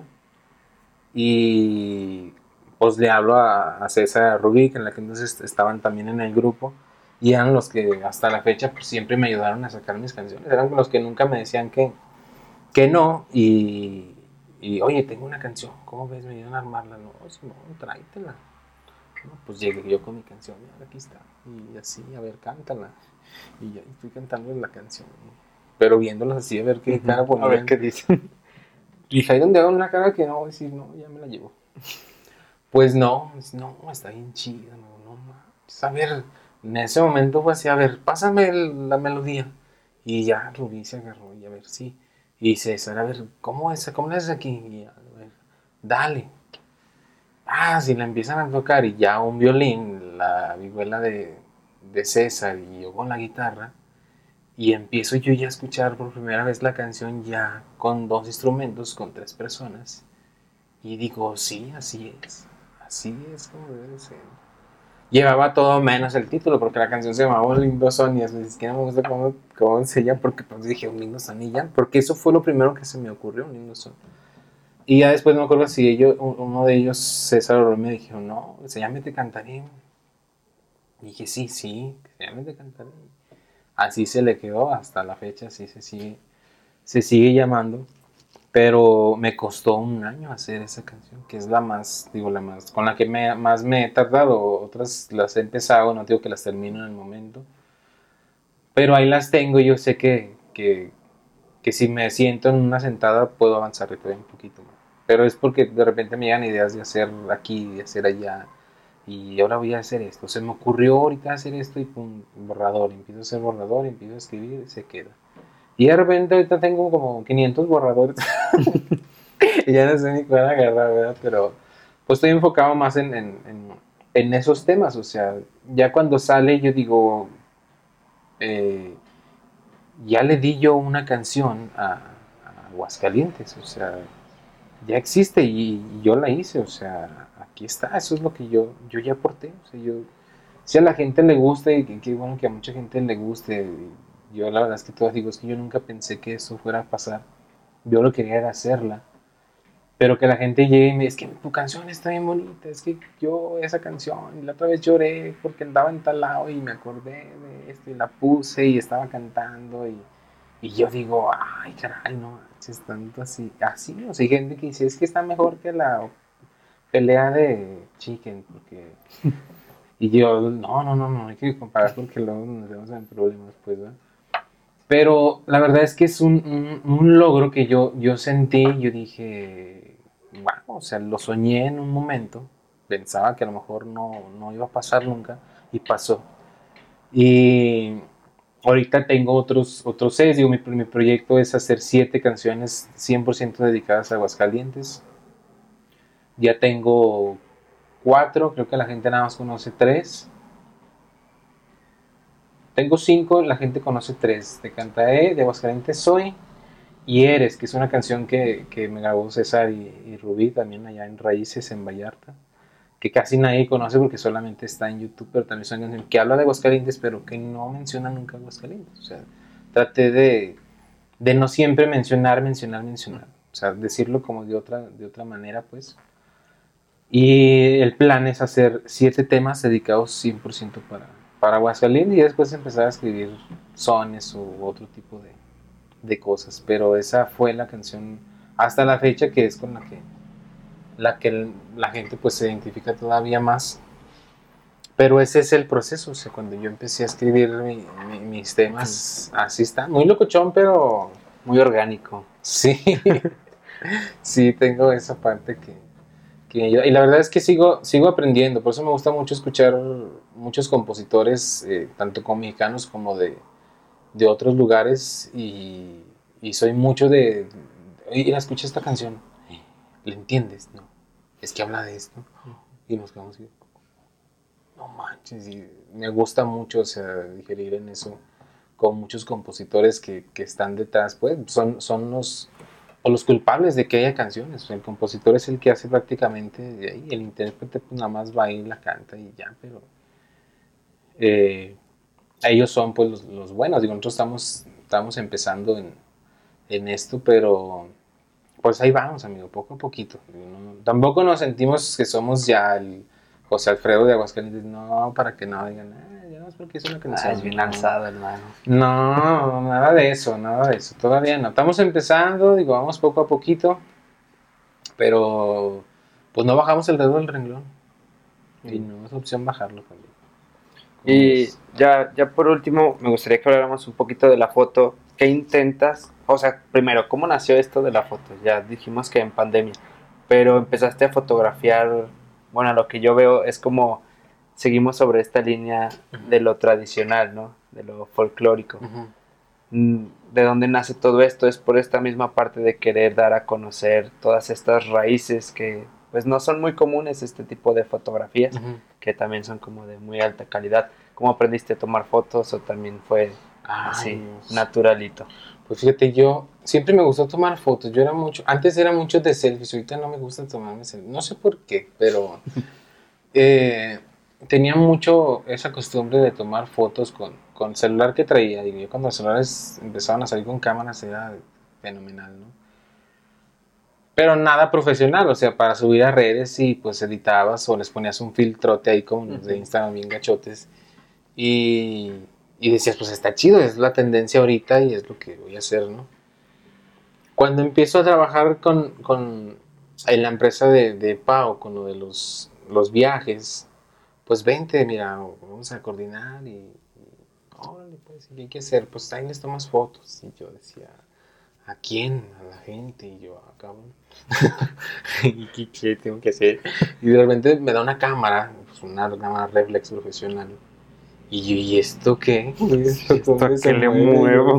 y pues le hablo a César Rubí, que en la que entonces estaban también en el grupo, y eran los que hasta la fecha pues siempre me ayudaron a sacar mis canciones, eran los que nunca me decían que no, y oye, tengo una canción, ¿cómo ves? Me ayudan a armarla, no, si no, tráetela. No, pues llegué yo con mi canción, y ahora aquí está, y así, a ver, cántala, y ya estoy cantando la canción, pero viéndolos así, a ver qué cara ponían.
A ver qué dicen.
Y ahí donde hago una cara que no, decir, no, ya me la llevo. Pues no, está bien chida, no manches. A ver, en ese momento fue así, a ver, pásame la melodía. Y ya Rubí se agarró y a ver, sí. Y César, a ver, ¿cómo es? ¿Cómo la haces aquí? Y a ver, dale. Si la empiezan a tocar y ya un violín, la vihuela de César y yo con la guitarra, Y empiezo yo ya a escuchar por primera vez la canción ya con 2 instrumentos, con 3 personas. Y digo, sí, así es como debe ser. Llevaba todo menos el título, porque la canción se llamaba Un lindo son, y es que no me gusta cómo enseña, porque pues dije Un lindo son y ya, porque eso fue lo primero que se me ocurrió, Un lindo son. Y ya después no me acuerdo si uno de ellos, César Orón, me dijeron, no, se llama Te Cantaré. Y dije, sí, se llama Te Cantaré. Así se le quedó hasta la fecha, así se sigue llamando. Pero me costó un año hacer esa canción, que es la más, digo, la más, con la que más me he tardado. Otras las he empezado, no digo que las termino en el momento. Pero ahí las tengo y yo sé que si me siento en una sentada puedo avanzar todavía un poquito más. Pero es porque de repente me llegan ideas de hacer aquí, de hacer allá. Y ahora voy a hacer esto. Se me ocurrió ahorita hacer esto y pum, borrador. Empiezo a hacer borrador, empiezo a escribir y se queda. Y de repente ahorita tengo como 500 borradores. Y ya no sé ni cuál agarrar, ¿verdad? Pero pues estoy enfocado más en esos temas. O sea, ya cuando sale yo digo, eh, ya le di yo una canción a Aguascalientes. O sea, ya existe y yo la hice. O sea, aquí está. Eso es lo que yo ya aporté. O sea, si a la gente le gusta y que bueno que a mucha gente le guste. Yo la verdad es que todos digo, es que yo nunca pensé que eso fuera a pasar. Yo lo quería era hacerla. Pero que la gente llegue y me diga, es que tu canción está bien bonita, es que yo esa canción, y la otra vez lloré porque andaba en tal lado y me acordé de esto y la puse y estaba cantando y yo digo, ay caray, no manches, tanto así, o sea, hay gente que dice, es que está mejor que la pelea de Chicken, porque, y yo, no hay que comparar porque luego nos vemos en problemas, pues, ¿verdad? Pero la verdad es que es un logro que yo sentí, yo dije, wow, o sea, lo soñé en un momento, pensaba que a lo mejor no iba a pasar nunca y pasó. Y ahorita tengo otros 6, digo, mi proyecto es hacer 7 canciones 100% dedicadas a Aguascalientes. Ya tengo 4, creo que la gente nada más conoce 3. Tengo 5, la gente conoce 3. De Cantaé, de Aguascalientes Soy y Eres, que es una canción que me grabó César y Rubí también allá en Raíces, en Vallarta, que casi nadie conoce porque solamente está en YouTube, pero también es una canción que habla de Aguascalientes, pero que no menciona nunca Aguascalientes. O sea, traté de no siempre mencionar. O sea, decirlo como de otra manera, pues. Y el plan es hacer 7 temas dedicados 100% para Aguascalientes y después empezar a escribir sones u otro tipo de cosas, pero esa fue la canción hasta la fecha que es con la que la gente pues se identifica todavía más. Pero ese es el proceso, o sea, cuando yo empecé a escribir mis temas, así está, muy locochón, pero
Muy orgánico.
sí, sí tengo esa parte y la verdad es que sigo aprendiendo, por eso me gusta mucho escuchar muchos compositores, tanto como mexicanos como de otros lugares y soy mucho oye, escucha esta canción, ¿le entiendes? No, es que habla de esto y nos quedamos así, no manches, y me gusta mucho, o sea, digerir en eso con muchos compositores que están detrás, pues son los culpables de que haya canciones, el compositor es el que hace prácticamente de ahí, el intérprete pues nada más va ahí y la canta y ya, pero eh, ellos son pues los buenos, digo, nosotros estamos empezando en esto, pero pues ahí vamos, amigo, poco a poquito. Tampoco nos sentimos que somos ya el José Alfredo de Aguascalientes, no, para que no digan, ya no es porque es una canción.
Es bien alzado, hermano.
No, nada de eso, todavía no. Estamos empezando, digo, vamos poco a poquito, pero pues no bajamos el dedo del renglón. Y no es opción bajarlo también.
Y ya por último, me gustaría que habláramos un poquito de la foto. ¿Qué intentas? O sea, primero, ¿cómo nació esto de la foto? Ya dijimos que en pandemia, pero empezaste a fotografiar. Bueno, lo que yo veo es como seguimos sobre esta línea de lo tradicional, ¿no? De lo folclórico.
Uh-huh.
¿De dónde nace todo esto? Es por esta misma parte de querer dar a conocer todas estas raíces que pues no son muy comunes, este tipo de fotografías,
Uh-huh.
que también son como de muy alta calidad. ¿Cómo aprendiste a tomar fotos o también fue así, naturalito.
Pues fíjate, yo siempre me gustó tomar fotos. Antes era mucho de selfies, ahorita no me gusta tomarme selfies. No sé por qué, pero tenía mucho esa costumbre de tomar fotos con celular que traía. Y yo cuando los celulares empezaban a salir con cámaras era fenomenal, ¿no? Pero nada profesional, o sea, para subir a redes y pues editabas o les ponías un filtrote ahí como los de Instagram bien gachotes y, y decías, pues está chido, es la tendencia ahorita y es lo que voy a hacer, ¿no? Cuando empiezo a trabajar en la empresa de Pau, con lo de los viajes, pues vente, mira, vamos a coordinar órale, pues, ¿qué hay que hacer? Pues ahí les tomas fotos. Y yo decía, ¿a quién? A la gente. Y yo, cabrón. ¿Y qué tengo que hacer? Y de repente me da una cámara, pues una cámara reflex profesional. Y yo, ¿y esto qué?
¿Esto qué le muevo?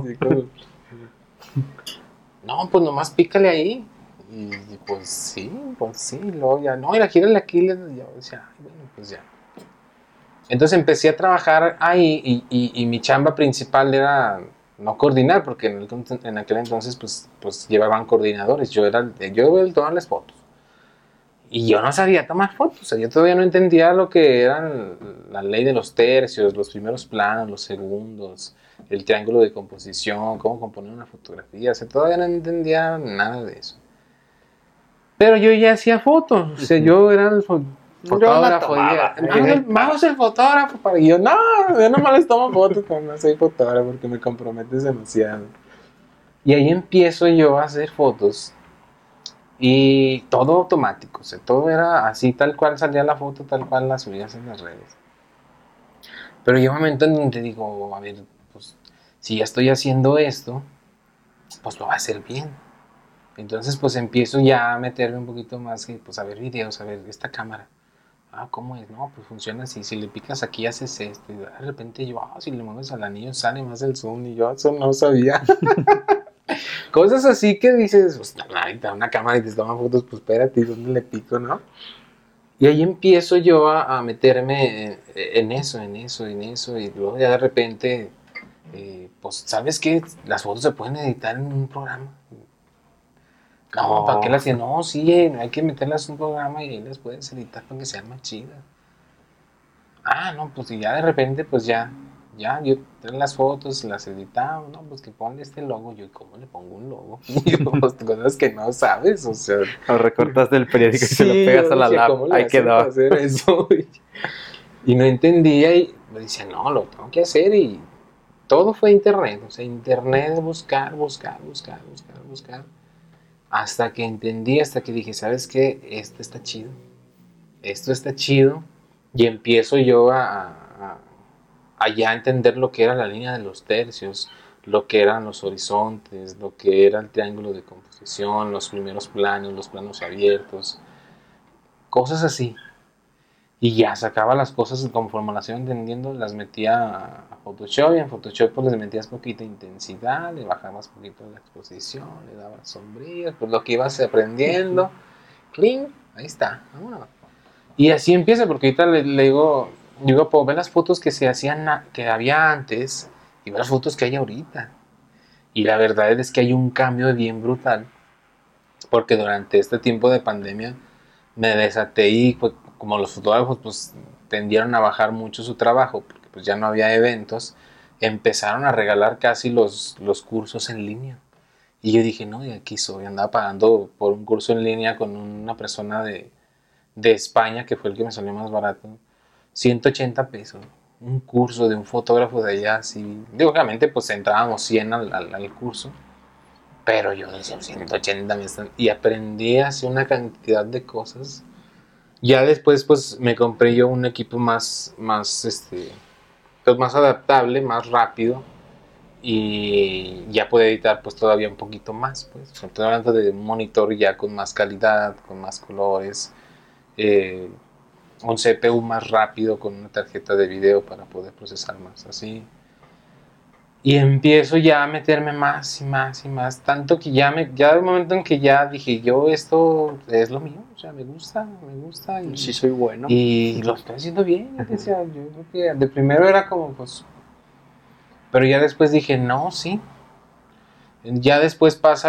No, pues nomás pícale ahí. Y pues sí, luego ya, no, mira, gírale aquí. Yo decía, bueno, pues ya. Entonces empecé a trabajar ahí y mi chamba principal era no coordinar, porque en aquel entonces pues llevaban coordinadores, yo era el tomar las fotos. Y yo no sabía tomar fotos, o sea, yo todavía no entendía lo que eran la ley de los tercios, los primeros planos, los segundos, el triángulo de composición, cómo componer una fotografía, o sea, todavía no entendía nada de eso. Pero yo ya hacía fotos, o sea, yo era el fotógrafo. Vamos el fotógrafo. Y yo, no, yo nomás les tomo fotos, pero no soy fotógrafo porque me comprometes demasiado. Y ahí empiezo yo a hacer fotos y todo automático, o sea, todo era así, tal cual salía la foto, tal cual la subías en las redes. Pero llega un momento en donde digo, a ver, pues si ya estoy haciendo esto, pues lo voy a hacer bien. Entonces pues empiezo ya a meterme un poquito más, pues a ver videos, a ver esta cámara. ¿Cómo es? No, pues funciona así. Si le picas aquí haces esto. Y de repente yo, si le mueves al anillo sale más el zoom. Y yo, eso no sabía. Cosas así que dices, pues ahorita una cámara y te toman fotos, pues espérate, ¿dónde le pico, no? Y ahí empiezo yo a meterme en eso. Y luego ya de repente, pues, ¿sabes qué? Las fotos se pueden editar en un programa. No, ¿para qué las hacían? No, sí, hay que meterlas en un programa y ahí las puedes editar para que sean más chidas. No, pues y ya de repente, pues ya, yo tengo las fotos, las editaba, no, pues que ponle este logo, yo, ¿cómo le pongo un logo? Y yo, pues cosas que no sabes, o sea.
O recortas del periódico y se lo pegas a la lap, ahí quedó.
Hacer eso? Y no entendía y me decía, no, lo tengo que hacer y todo fue internet, o sea, internet, buscar, hasta que entendí, hasta que dije, ¿sabes qué? Esto está chido, y empiezo yo a ya entender lo que era la línea de los tercios, lo que eran los horizontes, lo que era el triángulo de composición, los primeros planos, los planos abiertos, cosas así. Y ya sacaba las cosas conforme las iba entendiendo, las metía a Photoshop y en Photoshop pues les metías poquita intensidad, le bajabas poquito la exposición, le dabas sombrillas, pues lo que ibas aprendiendo, clean, ahí está, vámonos. Y así empieza, porque ahorita le digo, puedo ver las fotos que se hacían, que había antes, y ver las fotos que hay ahorita. Y la verdad es que hay un cambio bien brutal, porque durante este tiempo de pandemia me desaté y pues, como los fotógrafos pues tendieron a bajar mucho su trabajo, porque pues ya no había eventos, empezaron a regalar casi los cursos en línea. Y yo dije, no, y aquí soy, andaba pagando por un curso en línea con una persona de España, que fue el que me salió más barato, 180 pesos, un curso de un fotógrafo de allá, así, digo, obviamente pues entrábamos 100 al curso, pero yo decía 180 y aprendí a hacer una cantidad de cosas. Ya después pues me compré yo un equipo pues más adaptable, más rápido, y ya pude editar pues todavía un poquito más, pues, estoy hablando de un monitor ya con más calidad, con más colores, eh, un CPU más rápido con una tarjeta de video para poder procesar más así. Y empiezo ya a meterme más y más, tanto que ya de un momento en que ya dije, yo esto es lo mío, o sea, me gusta y
sí soy bueno.
Y lo estoy haciendo bien, decía, yo creo que de primero era como pues Pero ya después dije, no, sí. Ya después pasa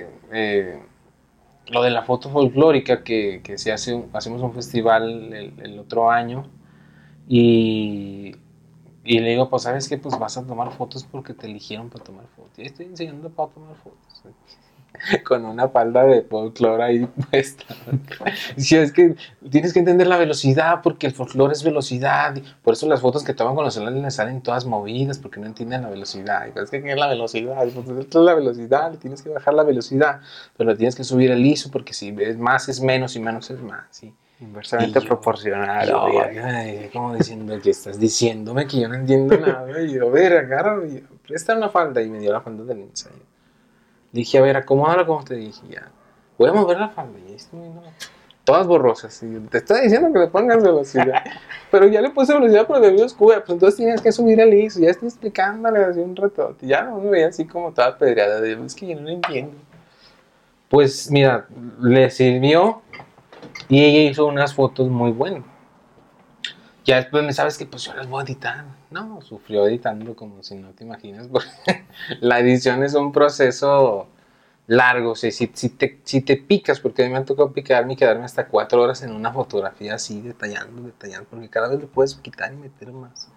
lo de la foto folclórica, que se hace, hacemos un festival el otro año. Y le digo, pues, ¿sabes qué? Pues vas a tomar fotos porque te eligieron para tomar fotos. Y estoy enseñando para tomar fotos. Con una falda de folclore ahí puesta. Sí, es que tienes que entender la velocidad porque el folclore es velocidad. Por eso las fotos que toman con los celulares les salen todas movidas porque no entienden la velocidad. Y es que ¿qué es la velocidad? Pues esto es la velocidad, le tienes que bajar la velocidad, pero le tienes que subir el ISO porque si es más es menos y menos es más. ¿Sí?
Inversamente proporcional.
Yo veía como diciendo que estás diciéndome que yo no entiendo nada. Y yo, a ver, agarra, y yo, presta una falda. Y me dio la falda del ensayo. Dije, a ver, acomódala como te dije. Ya, voy a mover la falda. Y ahí estoy moviendo todas borrosas. Y yo, te estoy diciendo que le pongas velocidad. Pero ya le puse velocidad, pero debió oscura. Pues entonces tienes que subir el ISO. Ya estoy explicándole hace un rato. Ya no me veía así como toda pedreada. Es que yo no lo entiendo. Pues mira, le sirvió. Y ella hizo unas fotos muy buenas. Ya después me sabes que pues yo las voy a editar. No, sufrió editando como si no te imaginas, porque la edición es un proceso largo. O sea, si te picas, porque a mí me han tocado picarme y quedarme hasta 4 horas en una fotografía así, detallando, porque cada vez le puedes quitar y meter más.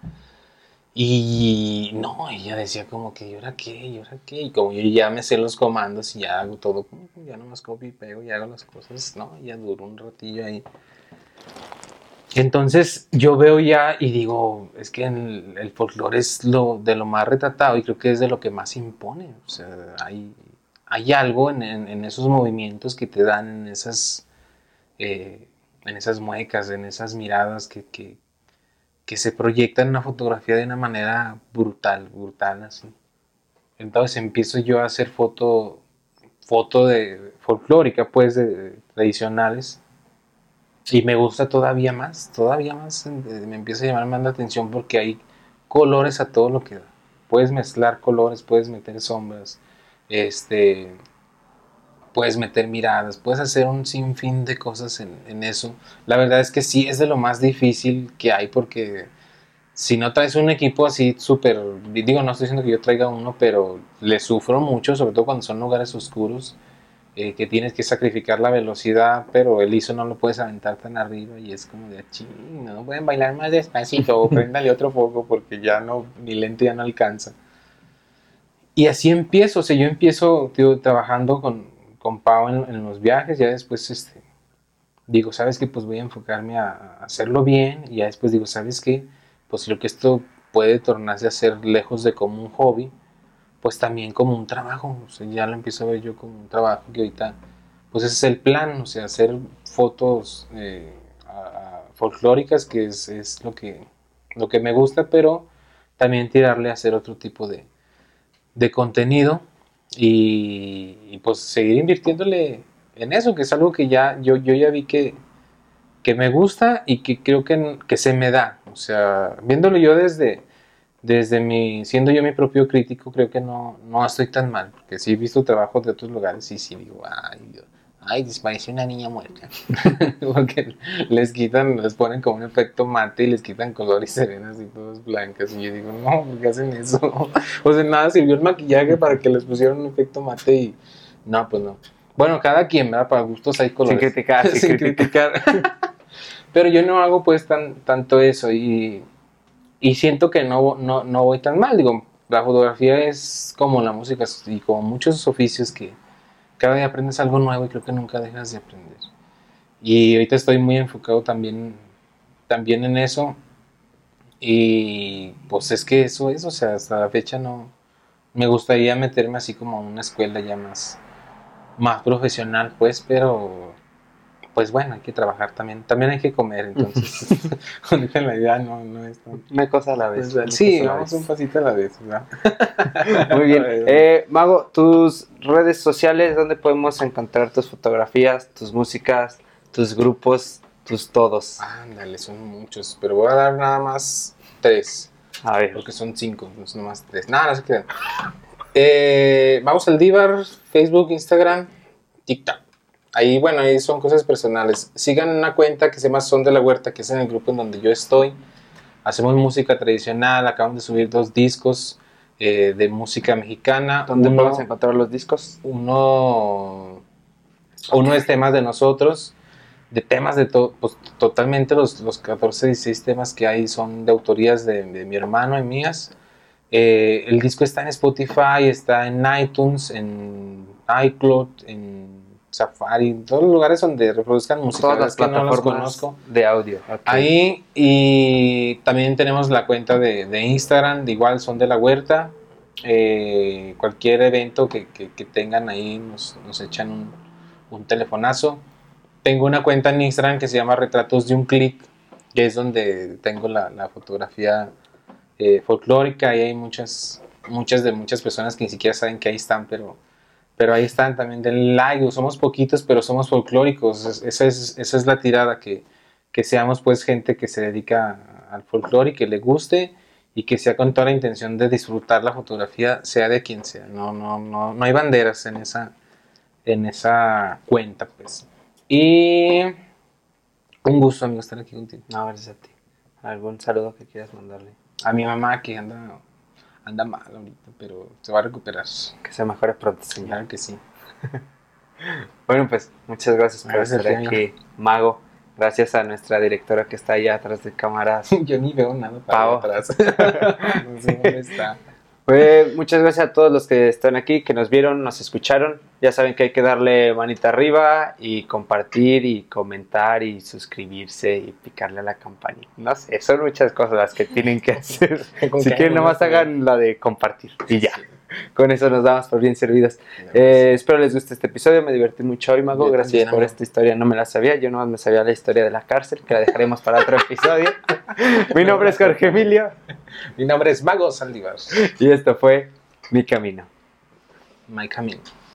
Y no, ella decía como que, ¿y ahora qué? ¿Y ahora qué? Y como yo ya me sé los comandos y ya hago todo, ya nomás copio y pego y hago las cosas, no, ya duró un ratillo ahí. Entonces yo veo ya y digo, es que el folclore es de lo más retratado y creo que es de lo que más impone. O sea, hay algo en esos movimientos que te dan, en esas muecas, en esas miradas que se proyectan en una fotografía de una manera brutal, brutal así. Entonces empiezo yo a hacer foto de folclórica, pues, de tradicionales. Y me gusta todavía más, me empieza a llamar más la atención porque hay colores a todo lo que da. Puedes mezclar colores, puedes meter sombras, este, puedes meter miradas, puedes hacer un sinfín de cosas en eso. La verdad es que sí, es de lo más difícil que hay porque si no traes un equipo así súper, digo, no estoy diciendo que yo traiga uno, pero le sufro mucho, sobre todo cuando son lugares oscuros que tienes que sacrificar la velocidad, pero el ISO no lo puedes aventar tan arriba y es como de ching, no pueden bailar más despacito o préndale otro foco porque ya no, mi lente ya no alcanza. Y así empiezo, o sea, yo empiezo tío, trabajando con Pau en los viajes, ya después digo, ¿sabes qué? Pues voy a enfocarme a hacerlo bien y ya después digo, ¿sabes qué? Pues lo que esto puede tornarse a ser lejos de como un hobby, pues también como un trabajo, o sea, ya lo empiezo a ver yo como un trabajo que ahorita, pues ese es el plan, o sea, hacer fotos folclóricas, que es lo que me gusta, pero también tirarle a hacer otro tipo de contenido y pues seguir invirtiéndole en eso, que es algo que ya yo ya vi que me gusta y que creo que se me da, o sea, viéndolo yo desde siendo yo mi propio crítico, creo que no estoy tan mal, porque sí he visto trabajos de otros lugares y sí digo, ay, Dios, ay, parece una niña muerta. Porque les ponen como un efecto mate y les quitan color y se ven así todos blancas. Y yo digo, no, ¿por qué hacen eso? O sea, nada sirvió el maquillaje para que les pusieran un efecto mate y no, pues no. Bueno, cada quien, ¿verdad? Para gustos hay colores.
Sin criticar,
sin criticar. Pero yo no hago pues tanto eso y siento que no voy tan mal. Digo, la fotografía es como la música y como muchos oficios que cada día aprendes algo nuevo y creo que nunca dejas de aprender. Y ahorita estoy muy enfocado también en eso. Y pues es que eso es, o sea, hasta la fecha no. Me gustaría meterme así como a una escuela ya más profesional, pues, pero pues bueno, hay que trabajar también. También hay que comer, entonces. Ahorita la idea no es tan.
Una cosa a la vez.
Sí, vamos un pasito a la vez, ¿verdad?
Muy bien. Mago, tus redes sociales, ¿dónde podemos encontrar tus fotografías, tus músicas, tus grupos, tus todos?
Ándale, son muchos, pero voy a dar nada más 3.
A ver.
Porque son 5, entonces nomás 3. Nada, no se quedan. Vamos al Divar, Facebook, Instagram, TikTok. Ahí, bueno, ahí son cosas personales. Sigan una cuenta que se llama Son de la Huerta, que es en el grupo en donde yo estoy. Hacemos música tradicional, acabamos de subir 2 discos. de música mexicana.
¿Dónde podemos encontrar los discos?
Uno es temas de nosotros, de temas de todo, pues totalmente los 14, 16 temas que hay son de autorías de mi hermano y mías. El disco está en Spotify, está en iTunes, en iCloud, en Safari, en todos los lugares donde reproduzcan música.
Todas las
que no los
plataformas
conozco.
de audio.
Okay. Ahí, y también tenemos la cuenta de Instagram, de igual Son de la Huerta. Cualquier evento que tengan ahí nos echan un telefonazo. Tengo una cuenta en Instagram que se llama Retratos de un Clic, que es donde tengo la fotografía folclórica, y hay muchas personas que ni siquiera saben que ahí están, pero ahí están. También del like. Somos poquitos, pero somos folclóricos. Esa es la tirada, que seamos pues gente que se dedica al folclore y que le guste, y que sea con toda la intención de disfrutar la fotografía, sea de quien sea. No hay banderas en esa cuenta, pues. Y un gusto, amigo, estar aquí contigo.
No, gracias a ti. ¿Algún saludo que quieras mandarle?
A mi mamá, que anda mal ahorita, pero se va a recuperar.
Que se mejore pronto, señor.
Claro que sí.
Bueno, pues muchas gracias por estar aquí, Mago. Gracias a nuestra directora que está allá atrás de cámaras.
Yo ni veo nada para
Pau.
atrás. No sé dónde está.
Pues muchas gracias a todos los que están aquí, que nos vieron, nos escucharon. Ya saben que hay que darle manita arriba y compartir y comentar y suscribirse y picarle a la campanita. No sé, son muchas cosas las que tienen que hacer. Si quieren, nomás hagan la de compartir y ya. Con eso nos damos por bien servidos. Espero les guste este episodio. Me divertí mucho hoy, Mago. Gracias por esta historia. No me la sabía. Yo nomás me sabía la historia de la cárcel, que la dejaremos para otro episodio. Mi nombre es Jorge Emilio.
Mi nombre es Mago Saldívar.
Y esto fue Mi Camino.
My Camino.